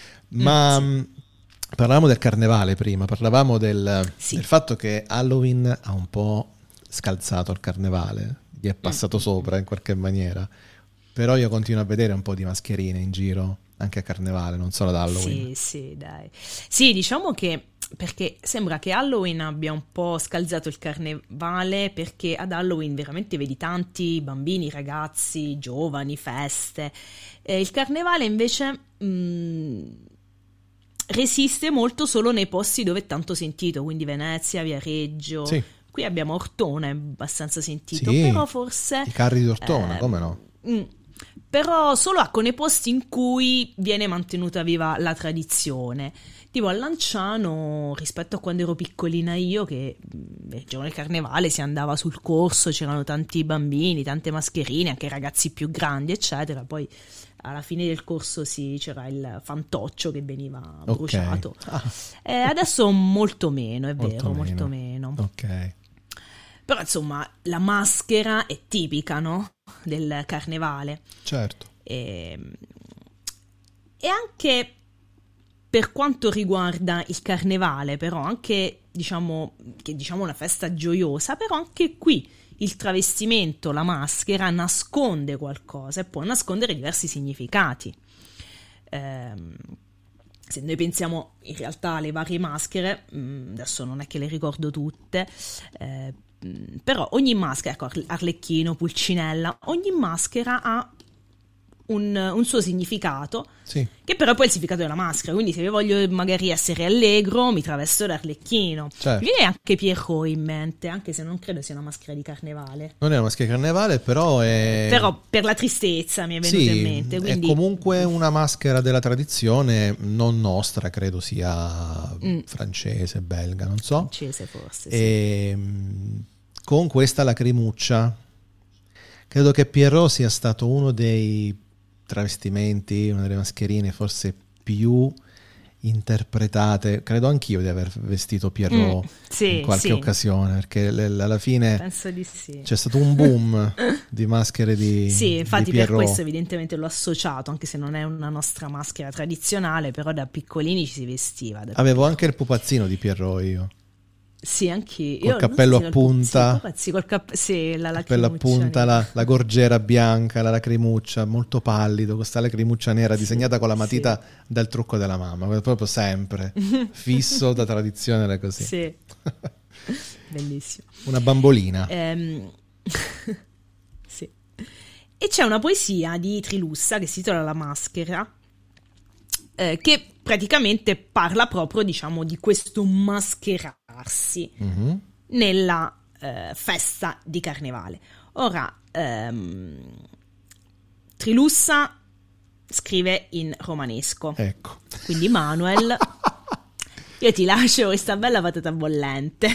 Ma mm, sì. parlavamo del carnevale prima, parlavamo del, sì. del fatto che Halloween ha un po' scalzato il carnevale, gli è passato sopra in qualche maniera, però io continuo a vedere un po' di mascherine in giro anche a carnevale, non solo ad Halloween. Sì, sì, dai. Sì, diciamo che perché sembra che Halloween abbia un po' scalzato il carnevale, perché ad Halloween veramente vedi tanti bambini, ragazzi, giovani, feste. Eh, il carnevale invece mh, resiste molto solo nei posti dove è tanto sentito, quindi Venezia, Viareggio. Sì. Qui abbiamo Ortona, è abbastanza sentito, sì, però forse... i carri di Ortona, eh, come no? Mh, però solo ecco nei posti in cui viene mantenuta viva la tradizione. Tipo a Lanciano, rispetto a quando ero piccolina io, che il giorno del carnevale si andava sul corso, c'erano tanti bambini, tante mascherine, anche ragazzi più grandi, eccetera. Poi alla fine del corso sì, c'era il fantoccio che veniva okay. bruciato. Ah. Eh, adesso molto meno, è molto vero, meno. molto meno. Ok. Però insomma la maschera è tipica, no? Del carnevale. Certo. E, e anche per quanto riguarda il carnevale, però anche diciamo che diciamo una festa gioiosa, però anche qui il travestimento, la maschera nasconde qualcosa e può nascondere diversi significati. Ehm, se noi pensiamo in realtà alle varie maschere, adesso non è che le ricordo tutte, eh, però ogni maschera, ecco, Arlecchino, Pulcinella, ogni maschera ha un, un suo significato, sì. che però poi è il significato della maschera. Quindi se io voglio magari essere allegro, mi travesto da Arlecchino. Certo. Mi viene anche Pierrot in mente, anche se non credo sia una maschera di carnevale. Non è una maschera di carnevale, però è... Però per la tristezza mi è venuto sì, in mente. Quindi... è comunque una maschera della tradizione, non nostra, credo sia mm. francese, belga, non so. Francese forse, e, sì. Con questa lacrimuccia. Credo che Pierrot sia stato uno dei travestimenti, una delle mascherine forse più interpretate. Credo anch'io di aver vestito Pierrot mm, sì, in qualche sì. occasione, perché l- alla fine penso di sì. C'è stato un boom di maschere di sì, infatti di per Pierrot. questo evidentemente l'ho associato, anche se non è una nostra maschera tradizionale, però da piccolini ci si vestiva. Avevo anche il pupazzino di Pierrot io. Sì, anche col io. cappello a punta, sì, sì, col cap- sì, la cappello a punta, la, la gorgiera bianca, la lacrimuccia, molto pallido, con questa lacrimuccia nera disegnata sì, con la matita sì. del trucco della mamma, proprio sempre, fisso da tradizione era così. Sì, bellissimo. Una bambolina. Ehm... sì. E c'è una poesia di Trilussa che si intitola La maschera, eh, che praticamente parla proprio, diciamo, di questo mascherarsi mm-hmm. nella eh, festa di carnevale. Ora, ehm, Trilussa scrive in romanesco. Ecco. Quindi Manuel, io ti lascio questa bella patata bollente.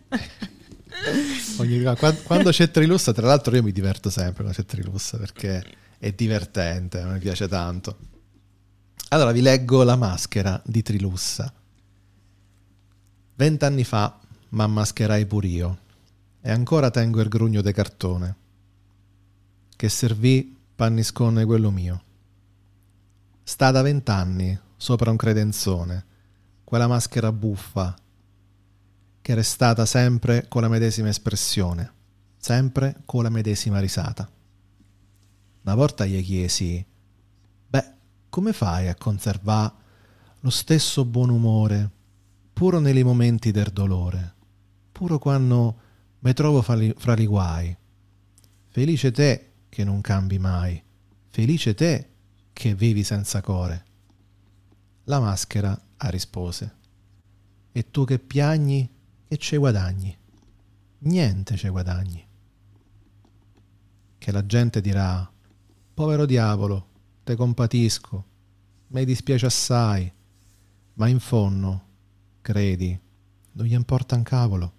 Ogni, quando c'è Trilussa, tra l'altro io mi diverto sempre quando c'è Trilussa, perché è divertente, mi piace tanto. Allora vi leggo La maschera di Trilussa. Vent'anni fa m'ammascherai pur io, e ancora tengo il grugno de cartone che servì panniscone quello mio. Sta da vent'anni sopra un credenzone quella maschera buffa che è restata sempre con la medesima espressione, sempre con la medesima risata. Una volta gli chiesi: beh, come fai a conservare lo stesso buon umore puro nei momenti del dolore, puro quando mi trovo fra li guai? Felice te che non cambi mai, felice te che vivi senza core. La maschera ha rispose: e tu che piagni, che ce guadagni? Niente ce guadagni. Che la gente dirà: povero diavolo, te compatisco, mi dispiace assai, ma in fondo, credi, non gli importa un cavolo.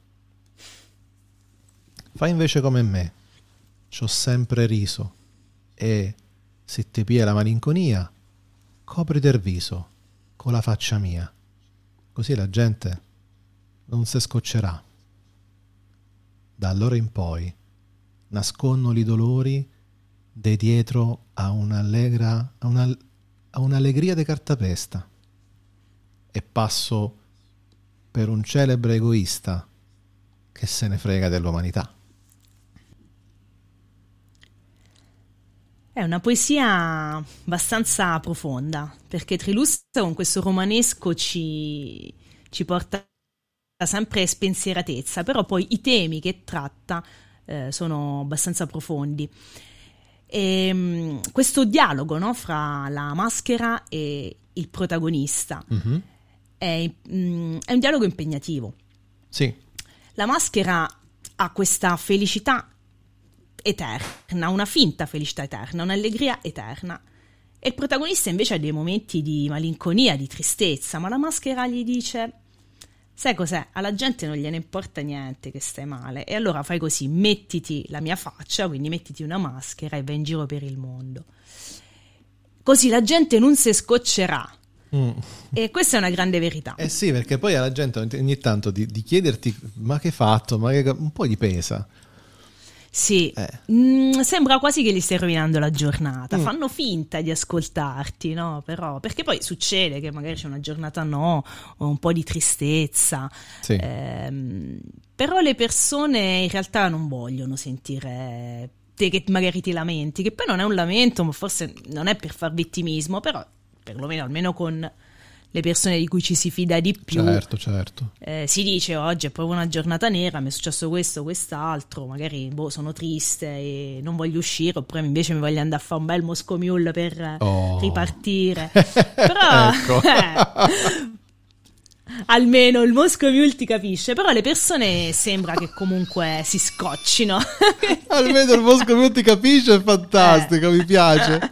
Fai invece come me, c'ho sempre riso, e se ti pia la malinconia, copriti il viso con la faccia mia, così la gente non si scoccerà. Da allora in poi nasconno i dolori de dietro a un'allegra a, una, a un'allegria de cartapesta, e passo per un celebre egoista che se ne frega dell'umanità. È una poesia abbastanza profonda, perché Trilussa con questo romanesco ci, ci porta sempre spensieratezza, però poi i temi che tratta eh, sono abbastanza profondi. E, mh, questo dialogo, no, fra la maschera e il protagonista mm-hmm. è, mh, è un dialogo impegnativo. Sì. La maschera ha questa felicità eterna, una finta felicità eterna, un'allegria eterna, e il protagonista invece ha dei momenti di malinconia, di tristezza, ma la maschera gli dice: sai cos'è? Alla gente non gliene importa niente che stai male, e allora fai così, mettiti la mia faccia, quindi mettiti una maschera e vai in giro per il mondo. Così la gente non si scoccerà. Mm. E questa è una grande verità. Eh sì, perché poi alla gente ogni tanto di, di chiederti: ma che hai fatto? Ma che... un po' gli pesa. Sì, eh. mm, sembra quasi che gli stai rovinando la giornata. Mm. Fanno finta di ascoltarti, no? Però, perché poi succede che magari c'è una giornata no, o un po' di tristezza. Sì. Ehm, però le persone in realtà non vogliono sentire te che magari ti lamenti, che poi non è un lamento, ma forse non è per far vittimismo, però perlomeno almeno con le persone di cui ci si fida di più. Certo, certo. Eh, si dice oggi è proprio una giornata nera, mi è successo questo, quest'altro, magari boh, sono triste e non voglio uscire, oppure invece mi voglio andare a fare un bel Moscow Mule per Oh. ripartire. Però Ecco. eh, almeno il Moscow Mule ti capisce, però le persone sembra che comunque si scoccino. Almeno il Moscow Mule ti capisce, è fantastico, Eh. mi piace.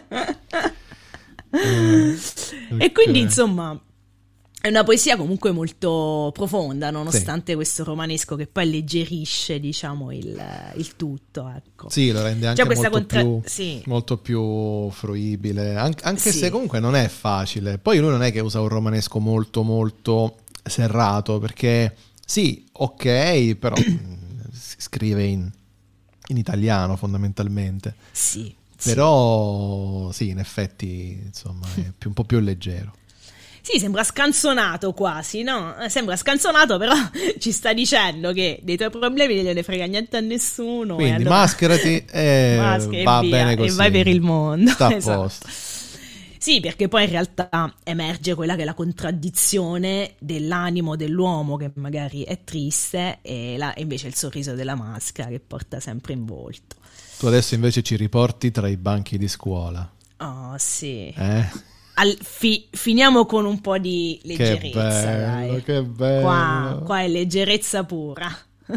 Eh, E quindi ok. insomma è una poesia comunque molto profonda, nonostante questo romanesco che poi alleggerisce, diciamo, il, il tutto, ecco. Sì, lo rende anche Già questa molto, contra- più, sì. molto più fruibile, An- anche Sì. se comunque non è facile. Poi lui non è che usa un romanesco molto molto serrato, perché sì, ok, però mh, si scrive in, in italiano fondamentalmente. Sì, sì. Però sì, in effetti insomma è più, un po' più leggero. Sì, sembra scanzonato quasi, no? Eh, Sembra scanzonato, però ci sta dicendo che dei tuoi problemi non gliene frega niente a nessuno. e Quindi allora mascherati e maschera e va via, bene così. e vai per il mondo. Sta a Esatto. posto. Sì, perché poi in realtà emerge quella che è la contraddizione dell'animo dell'uomo che magari è triste e, la- e invece il sorriso della maschera che porta sempre in volto. Tu adesso invece ci riporti tra i banchi di scuola. Oh, sì. Eh? Al- fi- finiamo con un po' di Che leggerezza, bello, dai. che bello. Qua, qua è leggerezza pura.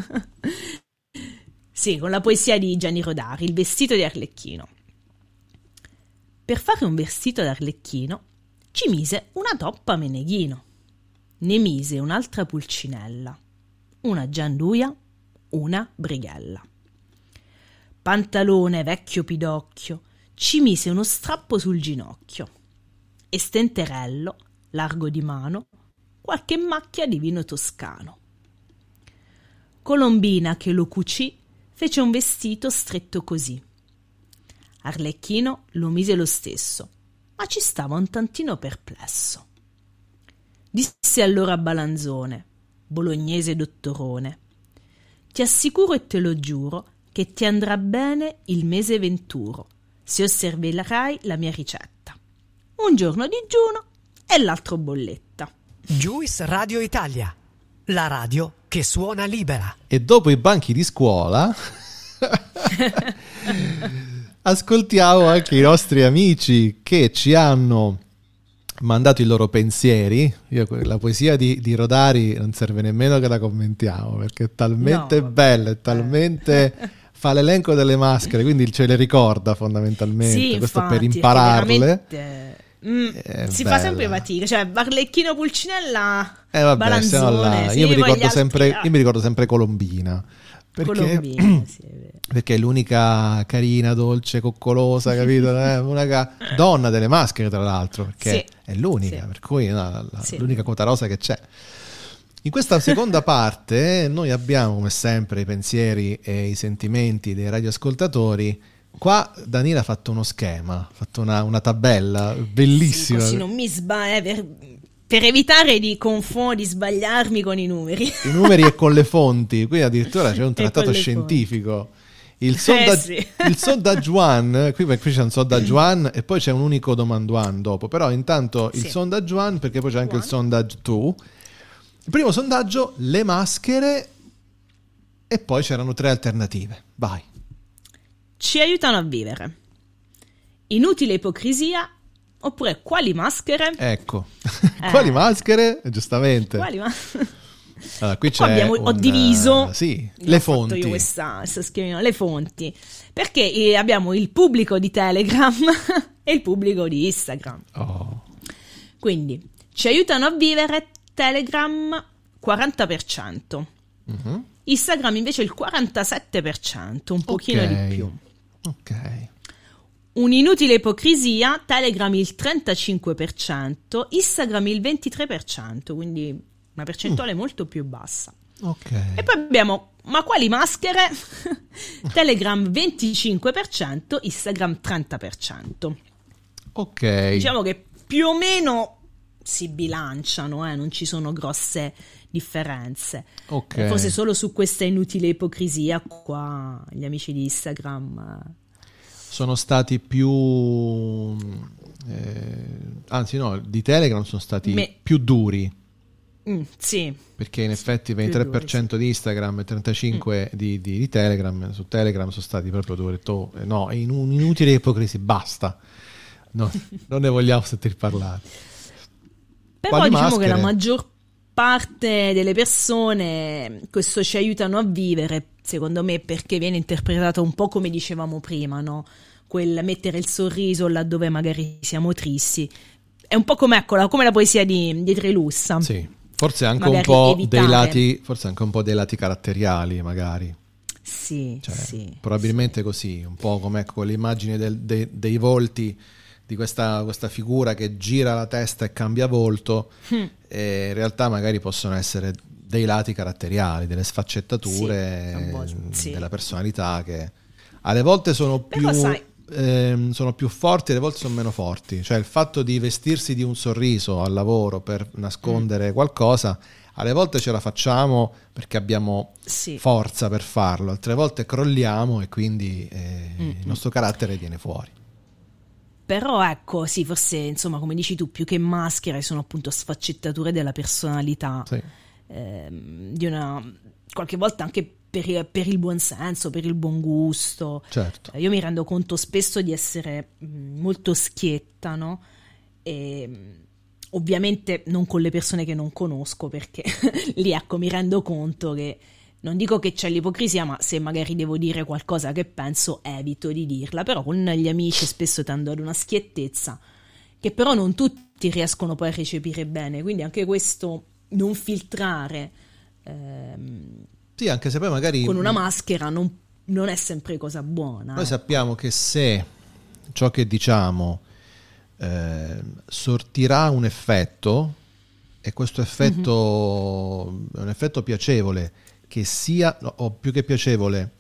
Sì, con la poesia di Gianni Rodari, Il vestito di Arlecchino. Per fare un vestito d'Arlecchino ci mise una toppa Meneghino, ne mise un'altra Pulcinella, una Gianduia, una Brighella. Pantalone vecchio pidocchio ci mise uno strappo sul ginocchio e stenterello, largo di mano, qualche macchia di vino toscano. Colombina che lo cucì fece un vestito stretto così. Arlecchino lo mise lo stesso, ma ci stava un tantino perplesso. Disse allora a Balanzone, bolognese dottorone: ti assicuro e te lo giuro che ti andrà bene il mese venturo, se osserverai la mia ricetta. Un giorno digiuno e l'altro bolletta. Juice Radio Italia, la radio che suona libera. E dopo i banchi di scuola ascoltiamo anche i nostri amici che ci hanno mandato i loro pensieri. Io, la poesia di, di Rodari non serve nemmeno che la commentiamo, perché è talmente No, bella, è talmente fa l'elenco delle maschere, quindi ce le ricorda fondamentalmente. Sì, Questo infatti, per impararle. veramente, mm, È si bella. fa sempre fatica, cioè Arlecchino, Pulcinella, Eh vabbè, se no Balanzone, la- sì, io, mi poi gli ricordo sempre, altri, ah, io mi ricordo sempre Colombina, perché, Colombina, sì, è vero. perché è l'unica carina, dolce, coccolosa, capito? È una ca- donna delle maschere, tra l'altro, perché Sì, è l'unica, sì. per cui no, la- la- Sì. l'unica quota rosa che c'è. In questa seconda parte noi abbiamo come sempre i pensieri e i sentimenti dei radioascoltatori. Qua Danila ha fatto uno schema, ha fatto una, una tabella Sì, bellissima. così non mi sbaglio, per, per evitare di confondere, di sbagliarmi con i numeri. I numeri e con le fonti, quindi addirittura c'è un E trattato con le scientifico. Il, Eh, sonda- sì. il sondaggio one, qui, qui c'è un sondaggio one e poi c'è un unico domanduan dopo, però intanto il Sì. sondaggio one, perché poi c'è anche il One. sondaggio two. Il primo sondaggio, le maschere, e poi c'erano tre alternative. Vai. Ci aiutano a vivere. Inutile ipocrisia, oppure quali maschere? Ecco, Eh. quali maschere? Giustamente. Quali ma- Allora, qui Qua c'è abbiamo- ho un, diviso eh, sì, l'ho le fatto fonti. io questa, questo schemino, le fonti, perché eh, abbiamo il pubblico di Telegram e il pubblico di Instagram. Oh. Quindi ci aiutano a vivere Telegram quaranta per cento, Mhm. Instagram invece il quarantasette per cento, un pochino Ok. di più. Ok. Un'inutile ipocrisia, Telegram il trentacinque per cento, Instagram il ventitré per cento, quindi una percentuale molto più bassa. Ok. E poi abbiamo, ma quali maschere? Telegram venticinque per cento, Instagram trenta per cento. Ok. Diciamo che più o meno si bilanciano, eh, non ci sono grosse differenze. Ok. E forse solo su questa inutile ipocrisia qua gli amici di Instagram... eh, Sono stati più eh, anzi no, di Telegram sono stati Me... più duri. Mm, sì. Perché in effetti il ventitré per cento duri, sì. di Instagram e trentacinque per cento mm. di, di, di Telegram, su Telegram sono stati proprio dove ho detto, oh, no, è in un'inutile ipocrisia, basta, no, non ne vogliamo sentire parlare. Però Quali diciamo maschere? Che la maggior parte delle persone questo ci aiutano a vivere, secondo me, perché viene interpretato un po' come dicevamo prima, no? Quel mettere il sorriso laddove magari siamo tristi. È un po' come, ecco, la, come la poesia di, di Trelussa. Sì, forse anche magari un po' evitare. dei lati, forse anche un po' dei lati caratteriali, magari. Sì, cioè, sì. Probabilmente sì. così, un po' come ecco, l'immagine del, de, dei volti di questa, questa figura che gira la testa e cambia volto, mm. e in realtà magari possono essere dei lati caratteriali, delle sfaccettature sì, sì. della personalità che alle volte sono Però più... sai, Ehm, sono più forti e alle volte sono meno forti, cioè il fatto di vestirsi di un sorriso al lavoro per nascondere mm. qualcosa, alle volte ce la facciamo perché abbiamo sì. forza per farlo, altre volte crolliamo e quindi eh, il nostro carattere viene fuori. Però ecco, sì, forse insomma come dici tu, più che maschere sono appunto sfaccettature della personalità, sì. ehm, di una, qualche volta anche Per, per il buon senso, per il buon gusto. Certo. Io mi rendo conto spesso di essere mh, molto schietta, no? E mh, ovviamente non con le persone che non conosco, perché lì ecco mi rendo conto che non dico che c'è l'ipocrisia, ma se magari devo dire qualcosa che penso evito di dirla, però con gli amici spesso tendo ad una schiettezza che però non tutti riescono poi a recepire bene, quindi anche questo non filtrare ehm, sì, anche se poi magari con una maschera non, non è sempre cosa buona. Noi eh. sappiamo che se ciò che diciamo eh, sortirà un effetto, e questo effetto mm-hmm. è un effetto piacevole, che sia, o più che piacevole,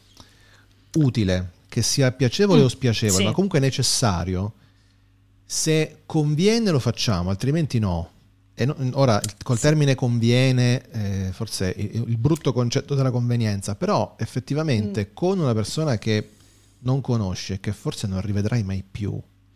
utile, che sia piacevole mm, o spiacevole, sì. ma comunque necessario, se conviene lo facciamo, altrimenti no. E no, ora col termine conviene, eh, forse il, il brutto concetto della convenienza, però effettivamente mm. con una persona che non conosci e che forse non rivedrai mai più,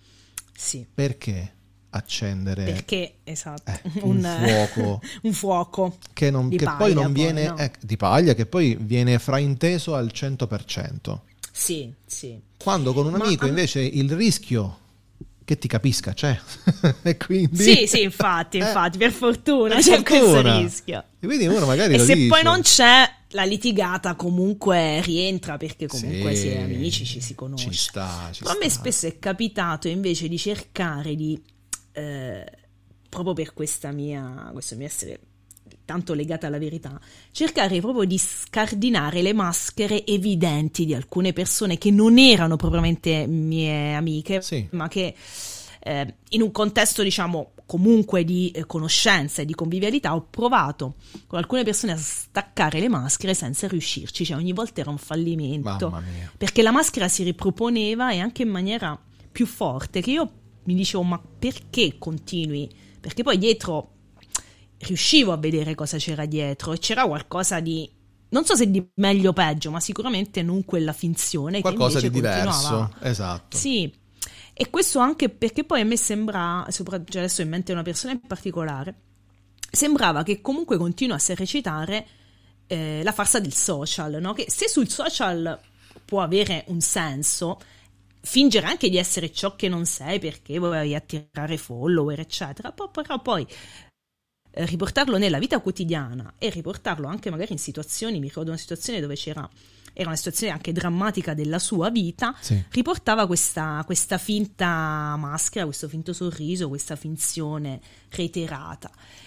sì. perché accendere perché esatto eh, un, un fuoco un fuoco che, non, di che paglia, poi non poi, viene no? eh, di paglia, che poi viene frainteso al cento per cento. Sì, sì. Quando con un Ma, amico invece il rischio che ti capisca c'è. E quindi sì sì infatti infatti eh, per fortuna per c'è fortuna. Questo rischio, e quindi uno magari e lo se dice. Poi non c'è la litigata, comunque rientra, perché comunque sì, si è amici, ci si conosce. Ci sta, ci Ma a me sta. spesso è capitato invece di cercare di eh, proprio per questa mia questo mio essere tanto legata alla verità, cercare proprio di scardinare le maschere evidenti di alcune persone che non erano propriamente mie amiche, sì. ma che eh, in un contesto diciamo comunque di eh, conoscenza e di convivialità ho provato con alcune persone a staccare le maschere senza riuscirci, cioè ogni volta era un fallimento. Mamma mia. Perché la maschera si riproponeva, e anche in maniera più forte, che io mi dicevo ma perché continui? Perché poi dietro riuscivo a vedere cosa c'era dietro, e c'era qualcosa di, non so se di meglio o peggio, ma sicuramente non quella finzione, qualcosa che di diverso, esatto. Sì, e questo anche perché poi a me sembra, sopra, cioè adesso ho in mente una persona in particolare, sembrava che comunque continuasse a recitare eh, la farsa del social, no? Che se sul social può avere un senso, fingere anche di essere ciò che non sei perché vuoi attirare follower eccetera, però poi riportarlo nella vita quotidiana e riportarlo anche magari in situazioni, mi ricordo una situazione dove c'era era una situazione anche drammatica della sua vita, sì. riportava questa, questa finta maschera, questo finto sorriso, questa finzione reiterata.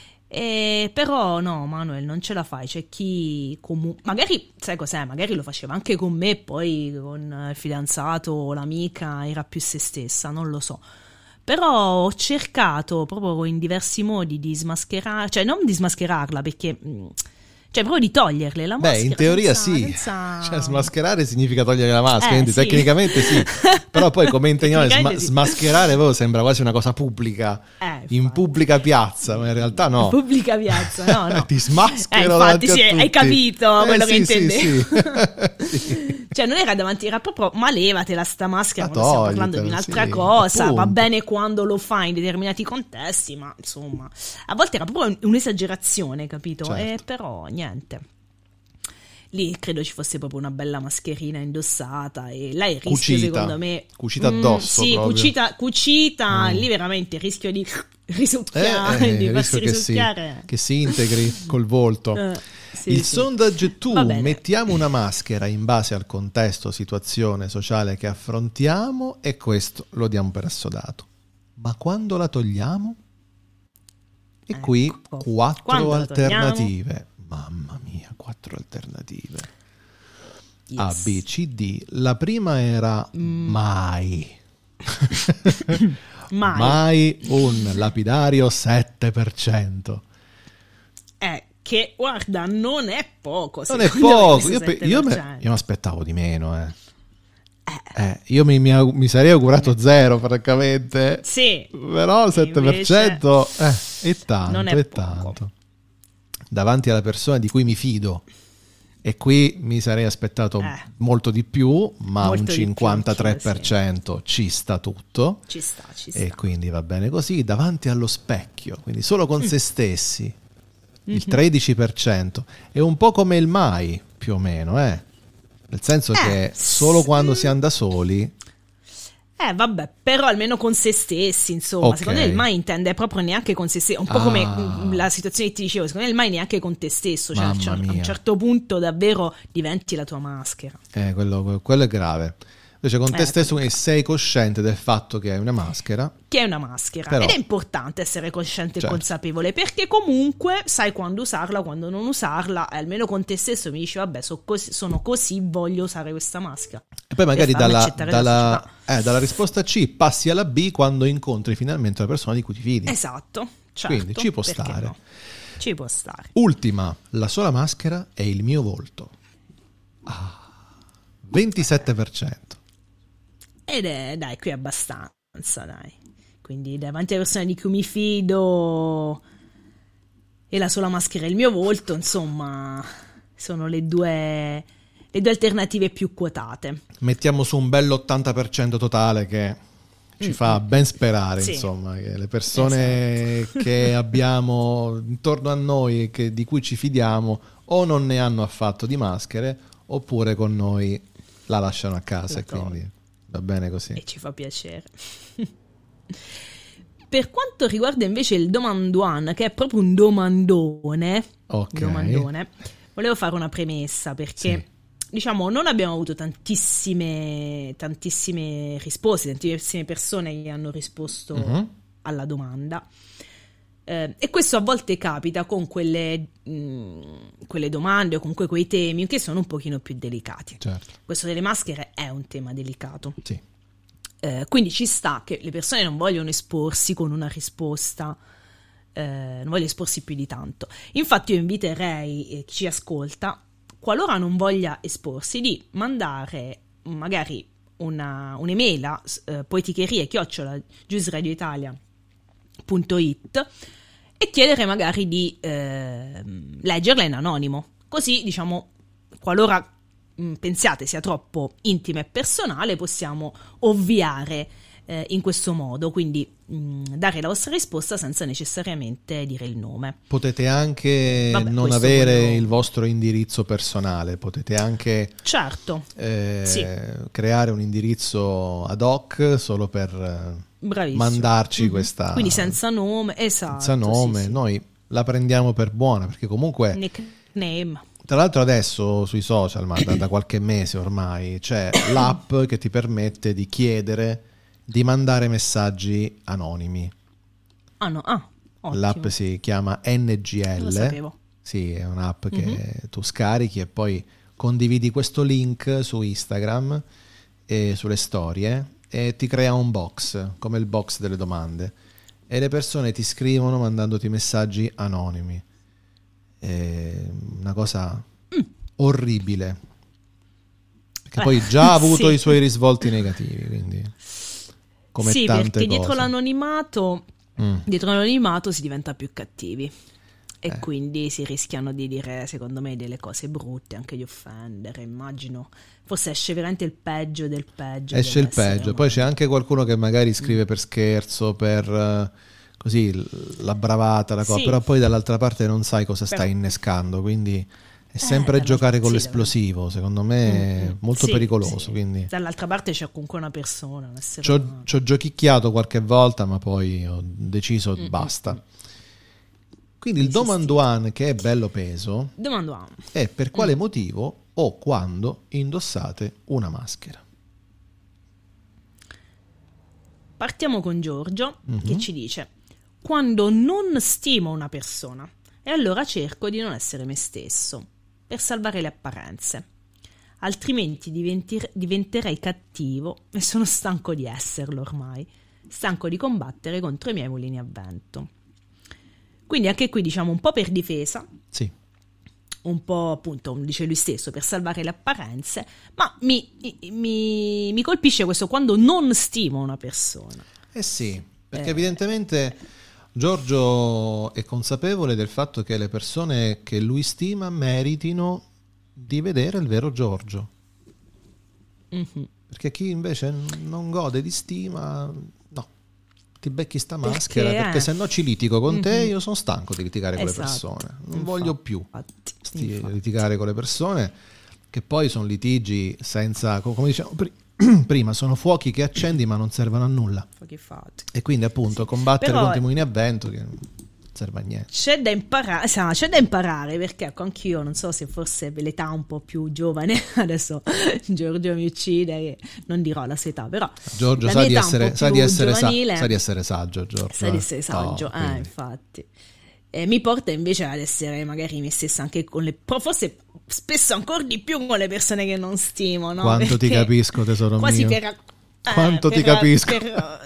E però no, Manuel, non ce la fai, c'è chi comu- magari, sai cos'è, magari lo faceva anche con me, poi con il fidanzato o l'amica era più se stessa, non lo so. Però ho cercato proprio in diversi modi di smascherare, cioè non di smascherarla, perché cioè proprio di toglierle la maschera. Beh, in teoria senza, sì, senza... cioè smascherare significa togliere la maschera, eh, quindi sì. tecnicamente sì, Però poi come intendiamo sma- smascherare proprio sembra quasi una cosa pubblica, eh, in pubblica piazza, ma in realtà no. In pubblica piazza, no, no. Ti smaschero eh, infatti, davanti sì, a tutti. hai capito Eh, quello sì, che sì, intendevo. sì, sì. Cioè non era davanti, era proprio ma levatela sta maschera, Ma quando stiamo parlando di toglitela, un'altra sì, cosa, appunto. va bene quando lo fai in determinati contesti, ma insomma a volte era proprio un'esagerazione, capito? Certo. E però niente. Lì credo ci fosse proprio una bella mascherina indossata e là il rischio Cucita. secondo me Cucita addosso, mm, sì, proprio. cucita, cucita Mm. lì veramente il rischio di Eh, risucchiare, eh, di il farsi rischio che si, risucchiare. che si integri col volto. Eh, sì, Il sì. sondaggio è tu, Va bene. mettiamo una maschera in base al contesto, situazione sociale che affrontiamo e questo lo diamo per assodato. Ma quando la togliamo? E qui Ecco. quattro Quando la alternative. Mamma mia, quattro alternative. Yes. A, B, C, D. La prima era Mm. mai. Mai. Mai un lapidario sette per cento. Eh, che guarda, non è poco. Non è secondo me, poco, questo io, pe- io me- sette per cento. io mi aspettavo di meno. Eh. Eh, io mi, mi, au- mi sarei augurato zero, francamente. Sì, Però il sette per cento eh, è tanto, non è è, poco. tanto. Davanti alla persona di cui mi fido. E qui mi sarei aspettato Eh. molto di più, ma Molto un di più, cinquantatré per cento ci sta tutto. ci sta, ci sta. E quindi va bene così, davanti allo specchio, quindi solo con se stessi, il Mhm. tredici per cento. È un po' come il mai, più o meno, eh? Nel senso Eh, che solo sì. quando si anda soli, Eh, vabbè, però almeno con se stessi, insomma. Ok. Secondo me il mai intende proprio neanche con se stesso. Un po' Ah. come mm, la situazione che ti dicevo, secondo me il mai neanche con te stesso. Cioè, Mamma cioè, a mia. un certo punto davvero diventi la tua maschera. eh, quello, quello è grave. Invece con te Eh, stesso quindi sei cosciente del fatto che hai una maschera. Che è una maschera. Però- Ed è importante essere cosciente Certo. e consapevole, perché comunque sai quando usarla, quando non usarla, e almeno con te stesso mi dici, vabbè, so così- sono così, voglio usare questa maschera. E poi magari Per farmi dalla, accettare la dalla, eh, dalla risposta C passi alla B quando incontri finalmente una persona di cui ti fidi. Esatto, certo. Quindi ci può perché stare. no? Ci può stare. Ultima, la sola maschera è il mio volto. Ah, ventisette per cento. Ed è, dai, qui è abbastanza, dai. Quindi davanti alle persone di cui mi fido e la sola maschera è il mio volto, insomma, sono le due, le due alternative più quotate. Mettiamo su un bello per cento totale che ci fa ben sperare, Sì. insomma, che le persone che abbiamo intorno a noi, che, di cui ci fidiamo, o non ne hanno affatto di maschere, oppure con noi la lasciano a casa La e quindi va bene così. E ci fa piacere. Per quanto riguarda invece il domandone, che è proprio un domandone, Ok. domandone, volevo fare una premessa perché diciamo non abbiamo avuto tantissime tantissime risposte, tantissime persone che hanno risposto Mhm. alla domanda. Eh, e questo a volte capita con quelle, mh, quelle domande o comunque quei temi che sono un pochino più delicati. Certo, Questo delle maschere è un tema delicato. sì. Eh, quindi ci sta che le persone non vogliono esporsi con una risposta, eh, non vogliono esporsi più di tanto. Infatti io inviterei eh, chi ci ascolta, qualora non voglia esporsi, di mandare magari una, un'email a eh, poeticherie chiocciola giusradioitalia punto it e chiedere magari di eh, leggerla in anonimo. Così, diciamo, qualora mh, pensiate sia troppo intima e personale, possiamo ovviare eh, in questo modo, quindi mh, dare la vostra risposta senza necessariamente dire il nome. Potete anche Vabbè, non questo avere quello- il vostro indirizzo personale, potete anche Certo, eh, Sì. creare un indirizzo ad hoc solo per eh, bravissimo. mandarci Mhm. questa Quindi senza nome, esatto. senza nome. sì, sì. Noi la prendiamo per buona perché comunque Nickname. tra l'altro adesso sui social, ma da, da qualche mese ormai, c'è l'app che ti permette di chiedere di mandare messaggi anonimi. Ah no, ah, ottimo. L'app si chiama N G Non lo L. sapevo. Sì, è un'app che Mhm. tu scarichi e poi condividi questo link su Instagram e sulle storie e ti crea un box, come il box delle domande. E le persone ti scrivono mandandoti messaggi anonimi. È una cosa orribile. Che poi già ha avuto sì. i suoi risvolti negativi, quindi come sì, tante perché cose. dietro l'anonimato, Mm. dietro l'anonimato si diventa più cattivi. E Eh. quindi si rischiano di dire, secondo me, delle cose brutte, anche di offendere, immagino. Forse esce veramente il peggio del peggio. Esce il dell'essere peggio, poi umano. c'è anche qualcuno che magari scrive per scherzo, per eh, così l- la bravata, la cosa, Sì. però poi dall'altra parte non sai cosa Però- stai innescando, quindi è Eh, sempre dall'altra- giocare con sì, l'esplosivo, secondo me è Mm, molto sì, pericoloso, sì. quindi Dall'altra parte c'è comunque una persona, un essere ci ho, umano. ci ho giochicchiato qualche volta, ma poi ho deciso Mm, basta. mm, Quindi il Insistito. domanduan, che è bello peso, Domandiamo. è per quale Mm. motivo o quando indossate una maschera. Partiamo con Giorgio, Mhm. che ci dice: quando non stimo una persona e allora cerco di non essere me stesso per salvare le apparenze, altrimenti diventi- diventerei cattivo e sono stanco di esserlo ormai, stanco di combattere contro i miei mulini a vento. Quindi anche qui diciamo un po' per difesa, Sì. un po' appunto, dice lui stesso, per salvare le apparenze, ma mi, mi, mi colpisce questo quando non stimo una persona. Eh sì, perché Eh. evidentemente Giorgio è consapevole del fatto che le persone che lui stima meritino di vedere il vero Giorgio. Mhm. Perché chi invece non gode di stima, no, ti becchi sta maschera, Perché, perché, eh. se no ci litigo con te, Mhm. io sono stanco di litigare con le Esatto. persone, non Infatti, voglio più infatti, sti- infatti. litigare con le persone, che poi sono litigi senza, co- come diciamo pri- prima, sono fuochi che accendi ma non servono a nulla. Pochi fatti. E quindi appunto combattere Però- contro i mulini a vento che non serve a niente. C'è da imparare, sa, c'è da imparare perché ecco, anch'io non so se forse l'età un po' più giovane, adesso Giorgio mi uccide, che non dirò la sua età, però Giorgio la sa mia di, età un essere, po' sa, di più essere sa- giovanile- sa di essere saggio, Giorgio. sa di eh. essere saggio, No, eh, quindi. infatti. E mi porta invece ad essere magari me stessa anche con le, però forse spesso ancora di più con le persone che non stimo, no? Quanto ti Perché capisco, tesoro quasi mio. per eh, Quanto ti per- capisco. per-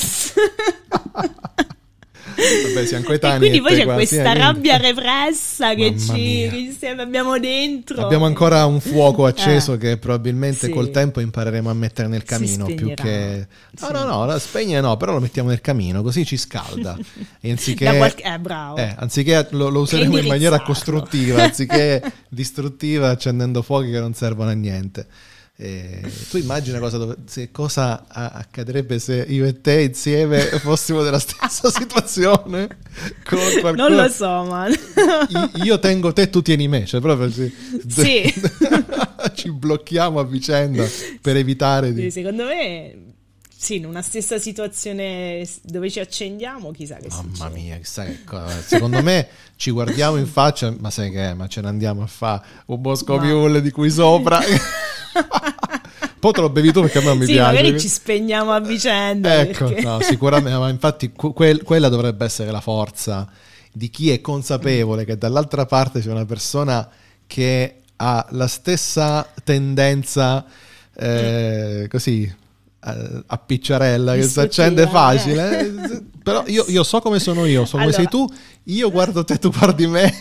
Vabbè, siamo E coetanei. quindi e poi te c'è quasi, questa eh, rabbia repressa che Mamma ci mia. che insieme abbiamo dentro. Abbiamo ancora un fuoco acceso che probabilmente sì. col tempo impareremo a mettere nel Si camino più spegnerà. che... No, Sì. no, no, la spegne no, però lo mettiamo nel camino, così ci scalda. E anziché... Da qualche- eh, bravo. eh, anziché lo, lo useremo in maniera Reindirizzarlo. costruttiva, anziché distruttiva, accendendo fuochi che non servono a niente. Eh, tu immagina cosa, dove- se, cosa a- accadrebbe se io e te insieme fossimo nella stessa situazione con qualcuno. Non lo so, ma I- io tengo te, tu tieni me, cioè proprio ci, Sì. ci blocchiamo a vicenda per evitare di... secondo me sì, in una stessa situazione dove ci accendiamo, chissà che Mamma succede. mia, chissà che cosa. Secondo me ci guardiamo in faccia, ma sai che è? Ma ce ne andiamo a fare un bosco Ma- mule di qui sopra. Poi te lo bevi tu perché a me non mi Sì, piace. magari ci spegniamo a vicenda. Ecco, perché- no, sicuramente, ma infatti que- quel- quella dovrebbe essere la forza di chi è consapevole che dall'altra parte c'è una persona che ha la stessa tendenza eh, così a, a picciarella, che si accende Distruttiva, facile, eh. Però io, io so come sono io, so come Allora- sei tu, io guardo te, tu guardi me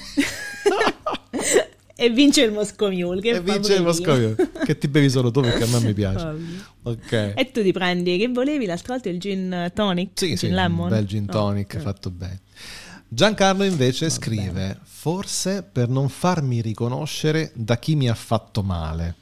E vince il Moscow Mule. Che e fa vince il brevino. Moscovio, che ti bevi solo tu perché a me mi piace. Ovvio. Ok. E tu ti prendi, che volevi l'altra volta, il gin tonic? Sì, gin sì, lemon? un bel gin tonic Oh. fatto bene. Giancarlo invece scrive: forse per non farmi riconoscere da chi mi ha fatto male.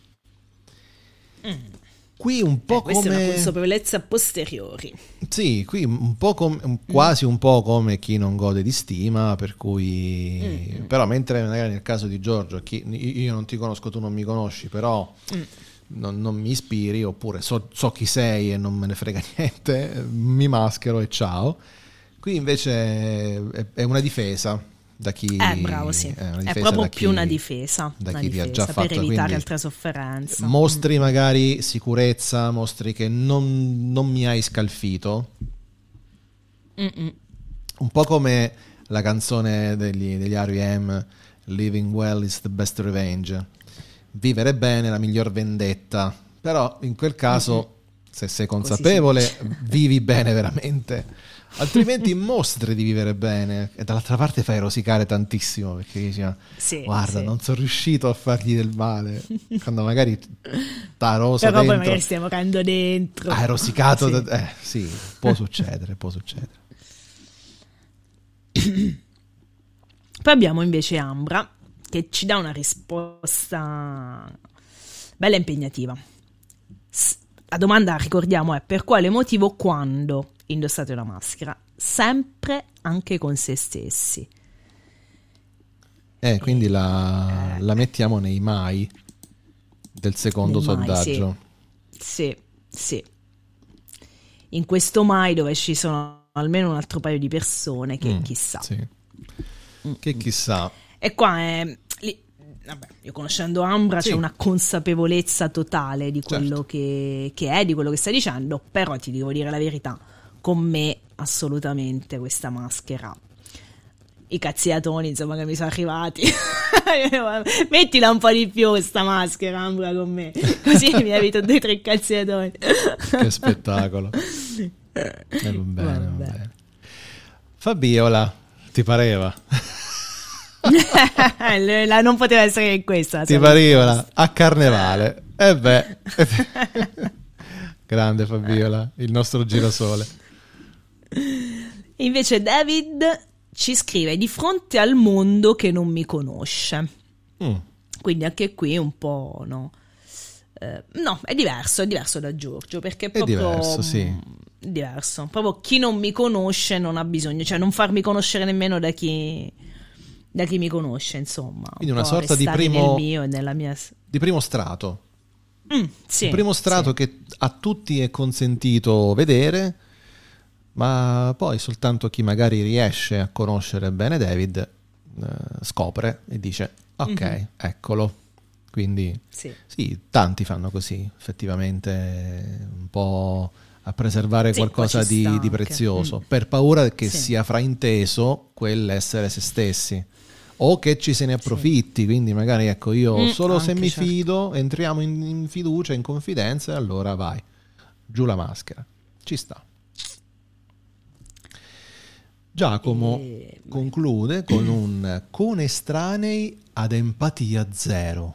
Qui un po' Eh, questa è una come consapevolezza a posteriori. sì, qui un po' come un- quasi un po' come chi non gode di stima, per cui Mm. però mentre magari nel caso di Giorgio chi, io non ti conosco, tu non mi conosci, però Mm. non, non mi ispiri, oppure so, so chi sei e non me ne frega niente, eh, mi maschero e ciao. Qui invece è, è una difesa da chi Eh, bravo, sì. è, una È difesa proprio da più chi- una difesa. da una chi ti ha difesa già per fatto, evitare quindi altre sofferenze. mostri magari sicurezza, mostri che non, non mi hai scalfito. Mm-mm. Un po' come la canzone degli, degli R E M, Living Well is the best revenge. Vivere bene è la miglior vendetta. Però in quel caso, Mm-mm. se sei Così si consapevole, vivi bene veramente. altrimenti mostri di vivere bene e dall'altra parte fai rosicare tantissimo, perché dici sì, guarda, sì. non sono riuscito a fargli del male, quando magari ta rosa però dentro, poi magari stiamo cadendo dentro, hai rosicato, sì. Da, eh sì, può succedere, può succedere. Poi abbiamo invece Ambra che ci dà una risposta bella impegnativa. La domanda, ricordiamo, è: per quale motivo quando indossate una maschera? Sempre anche con se stessi. Eh, quindi la, la mettiamo nei mai del secondo Nei mai, sondaggio. Sì, sì, sì. In questo mai dove ci sono almeno un altro paio di persone che Mm, chissà. sì. Che chissà. E qua è... lì, vabbè, io conoscendo Ambra Sì. c'è una consapevolezza totale di quello Certo. che, che è, di quello che stai dicendo, però ti devo dire la verità, con me assolutamente questa maschera, i cazziatoni insomma che mi sono arrivati, mettila un po' di più sta maschera Ambra con me, così mi evito due o tre cazziatoni. Che spettacolo. Eh, va bene, va Vabbè. bene. Fabiola, ti pareva? La non poteva essere in questa. Ti pareva a carnevale? E beh, grande Fabiola, il nostro girasole. Invece David ci scrive: di fronte al mondo che non mi conosce. Mm. Quindi anche qui un po', no? Eh, no, è diverso, è diverso da Giorgio, perché è È proprio diverso, sì. mm, diverso. Proprio chi non mi conosce non ha bisogno, cioè non farmi conoscere nemmeno da chi, da chi mi conosce, insomma. Quindi una po' sorta di restare primo- nel mio e nella mia... Di primo strato. Mm, sì, Il primo strato sì. che a tutti è consentito vedere, ma poi soltanto chi magari riesce a conoscere bene David eh, scopre e dice ok, Mhm. eccolo. Quindi Sì. sì, tanti fanno così, effettivamente, un po' a preservare Sì, qualcosa poi ci di, sta di anche. prezioso, Mm. per paura che Sì. sia frainteso quell'essere se stessi. O che ci se ne approfitti, quindi magari ecco io Mm, solo se anche, mi certo. fido, entriamo in, in fiducia, in confidenza e allora vai, giù la maschera, ci sta. Giacomo E- conclude con un con estranei ad empatia zero.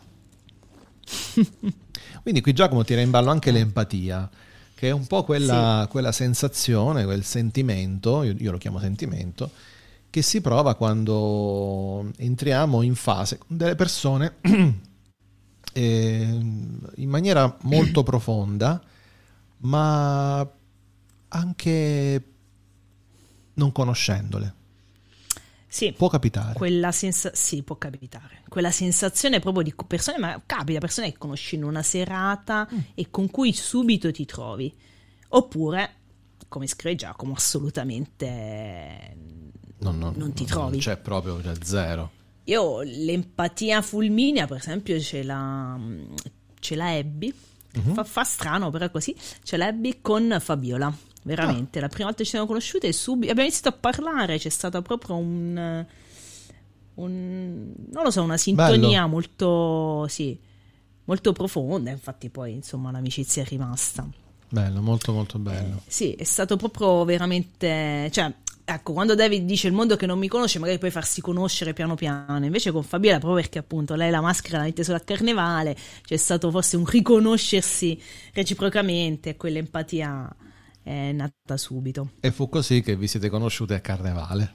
Quindi qui Giacomo tira in ballo anche l'empatia, che è un po' quella, quella sensazione, quel sentimento, io, io lo chiamo sentimento, che si prova quando entriamo in fase con delle persone eh, in maniera molto profonda, ma anche non conoscendole. Sì. Può capitare. Quella sensa- sì, può capitare. Quella sensazione proprio di persone, ma capita, persone che conosci in una serata Mm. e con cui subito ti trovi. Oppure, come scrive Giacomo, assolutamente Non, non- non ti non trovi. c'è proprio, c'è zero. Io l'empatia fulminea, per esempio, ce la, ce la ebbi. Mhm. Fa, fa strano, però è così. Ce la ebbi con Fabiola. Veramente, la prima volta che ci siamo conosciute, subito abbiamo iniziato a parlare, c'è stata proprio un, un non lo so, una sintonia Bello. molto, sì, molto profonda. Infatti, poi insomma, l'amicizia è rimasta. Bello, molto molto bello. Sì, è stato proprio veramente, cioè, ecco, quando David dice il mondo che non mi conosce, magari puoi farsi conoscere piano piano. Invece con Fabiola, proprio perché appunto lei la maschera la mette solo a carnevale, c'è stato forse un riconoscersi reciprocamente e quell'empatia è nata subito. E fu così che vi siete conosciuti a carnevale.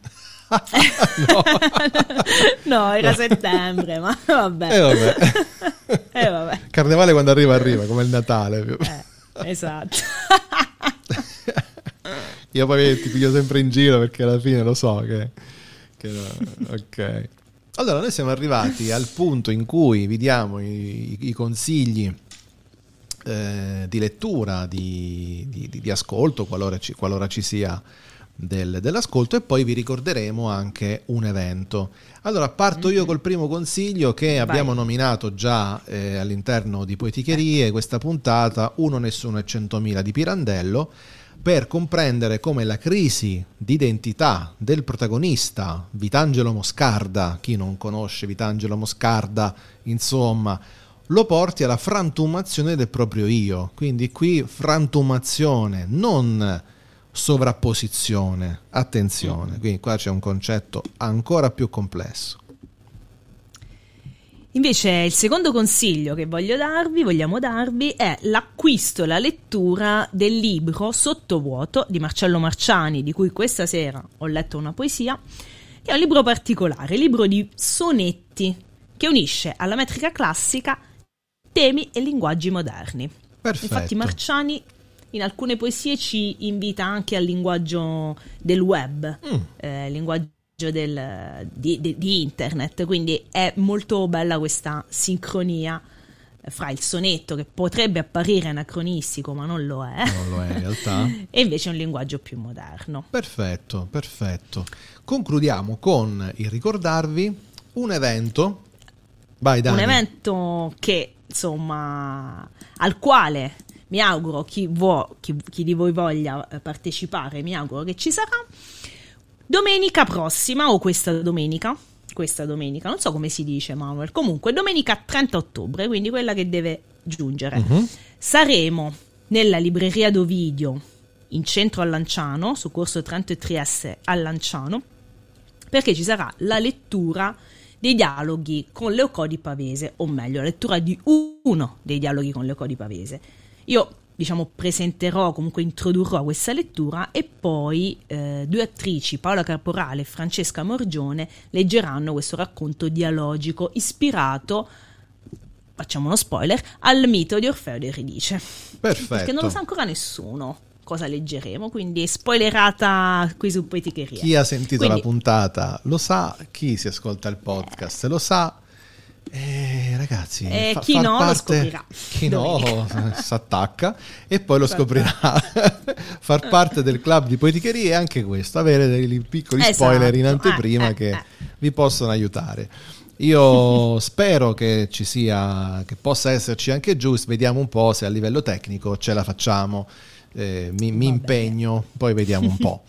No, era settembre, ma vabbè. E vabbè. Eh, vabbè. Carnevale quando arriva arriva, come il Natale. più. Eh, esatto. Io poi ti piglio sempre in giro perché alla fine lo so che... che no. Ok. Allora, noi siamo arrivati al punto in cui vi diamo i, i consigli eh, di lettura, di, di, di ascolto, qualora ci, qualora ci sia del, dell'ascolto, e poi vi ricorderemo anche un evento. Allora, parto io col primo consiglio che Vai. abbiamo nominato già eh, all'interno di Poeticherie, questa puntata, Uno, Nessuno e Centomila di Pirandello, per comprendere come la crisi d'identità del protagonista Vitangelo Moscarda, chi non conosce Vitangelo Moscarda, insomma, lo porti alla frantumazione del proprio io. Quindi qui frantumazione, non sovrapposizione, attenzione, mm. quindi qua c'è un concetto ancora più complesso. Invece il secondo consiglio che voglio darvi, vogliamo darvi, è l'acquisto e la lettura del libro Sottovuoto di Marcello Marciani, di cui questa sera ho letto una poesia, che è un libro particolare, libro di sonetti, che unisce alla metrica classica temi e linguaggi moderni. Perfetto. Infatti Marciani in alcune poesie ci invita anche al linguaggio del web, mm. eh, linguaggio Del, di, di, di internet, quindi è molto bella questa sincronia fra il sonetto, che potrebbe apparire anacronistico ma non lo è, non lo è in realtà, e invece un linguaggio più moderno. Perfetto, perfetto. Concludiamo con il ricordarvi un evento. Vai, Dani. Un evento che insomma al quale mi auguro chi, vo, chi, chi di voi voglia partecipare, mi auguro che ci sarà domenica prossima, o questa domenica, questa domenica, non so come si dice, Manuel, comunque domenica trenta ottobre, quindi quella che deve giungere. Uh-huh. Saremo nella libreria d'Ovidio, in centro a Lanciano, su Corso Trento e Trieste a Lanciano, perché ci sarà la lettura dei dialoghi con Leocodio Pavese, o meglio, la lettura di uno dei dialoghi con Leocodio Pavese. Io diciamo presenterò, comunque introdurrò questa lettura, e poi eh, due attrici, Paola Caporale e Francesca Morgione, leggeranno questo racconto dialogico ispirato, facciamo uno spoiler, al mito di Orfeo ed Euridice. Perfetto. Perché non lo sa ancora nessuno cosa leggeremo, quindi spoilerata qui su Poeticheria. Chi ha sentito quindi, la puntata lo sa, chi si ascolta il podcast lo sa. Eh, ragazzi, eh, fa, chi far no parte, lo scoprirà. Chi no si attacca e poi lo scoprirà. Far parte del club di Poeticheria è anche questo, avere dei piccoli esatto. spoiler in anteprima eh, eh, che eh. vi possono aiutare. Io spero che ci sia, che possa esserci anche Gius, vediamo un po' se a livello tecnico ce la facciamo. Eh, mi, mi impegno, poi vediamo un po'.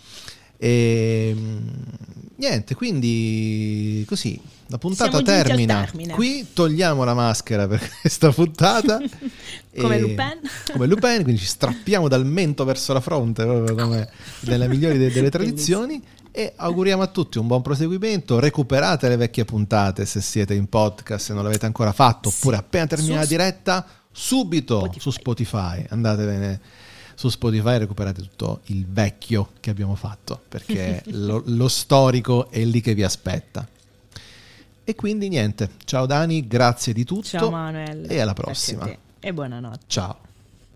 E niente, quindi così la puntata termina. Qui togliamo la maschera per questa puntata. Come e, Lupin. Come Lupin, quindi ci strappiamo dal mento verso la fronte, proprio come nella migliore delle, delle tradizioni. E auguriamo a tutti un buon proseguimento. Recuperate le vecchie puntate se siete in podcast, se non l'avete ancora fatto, sì. Oppure appena termina la diretta, subito Spotify. Su Spotify. Andatevene su Spotify e recuperate tutto il vecchio che abbiamo fatto, perché lo, lo storico è lì che vi aspetta. E quindi niente, ciao Dani, grazie di tutto. Ciao Manuel. E alla prossima. E buonanotte. Ciao.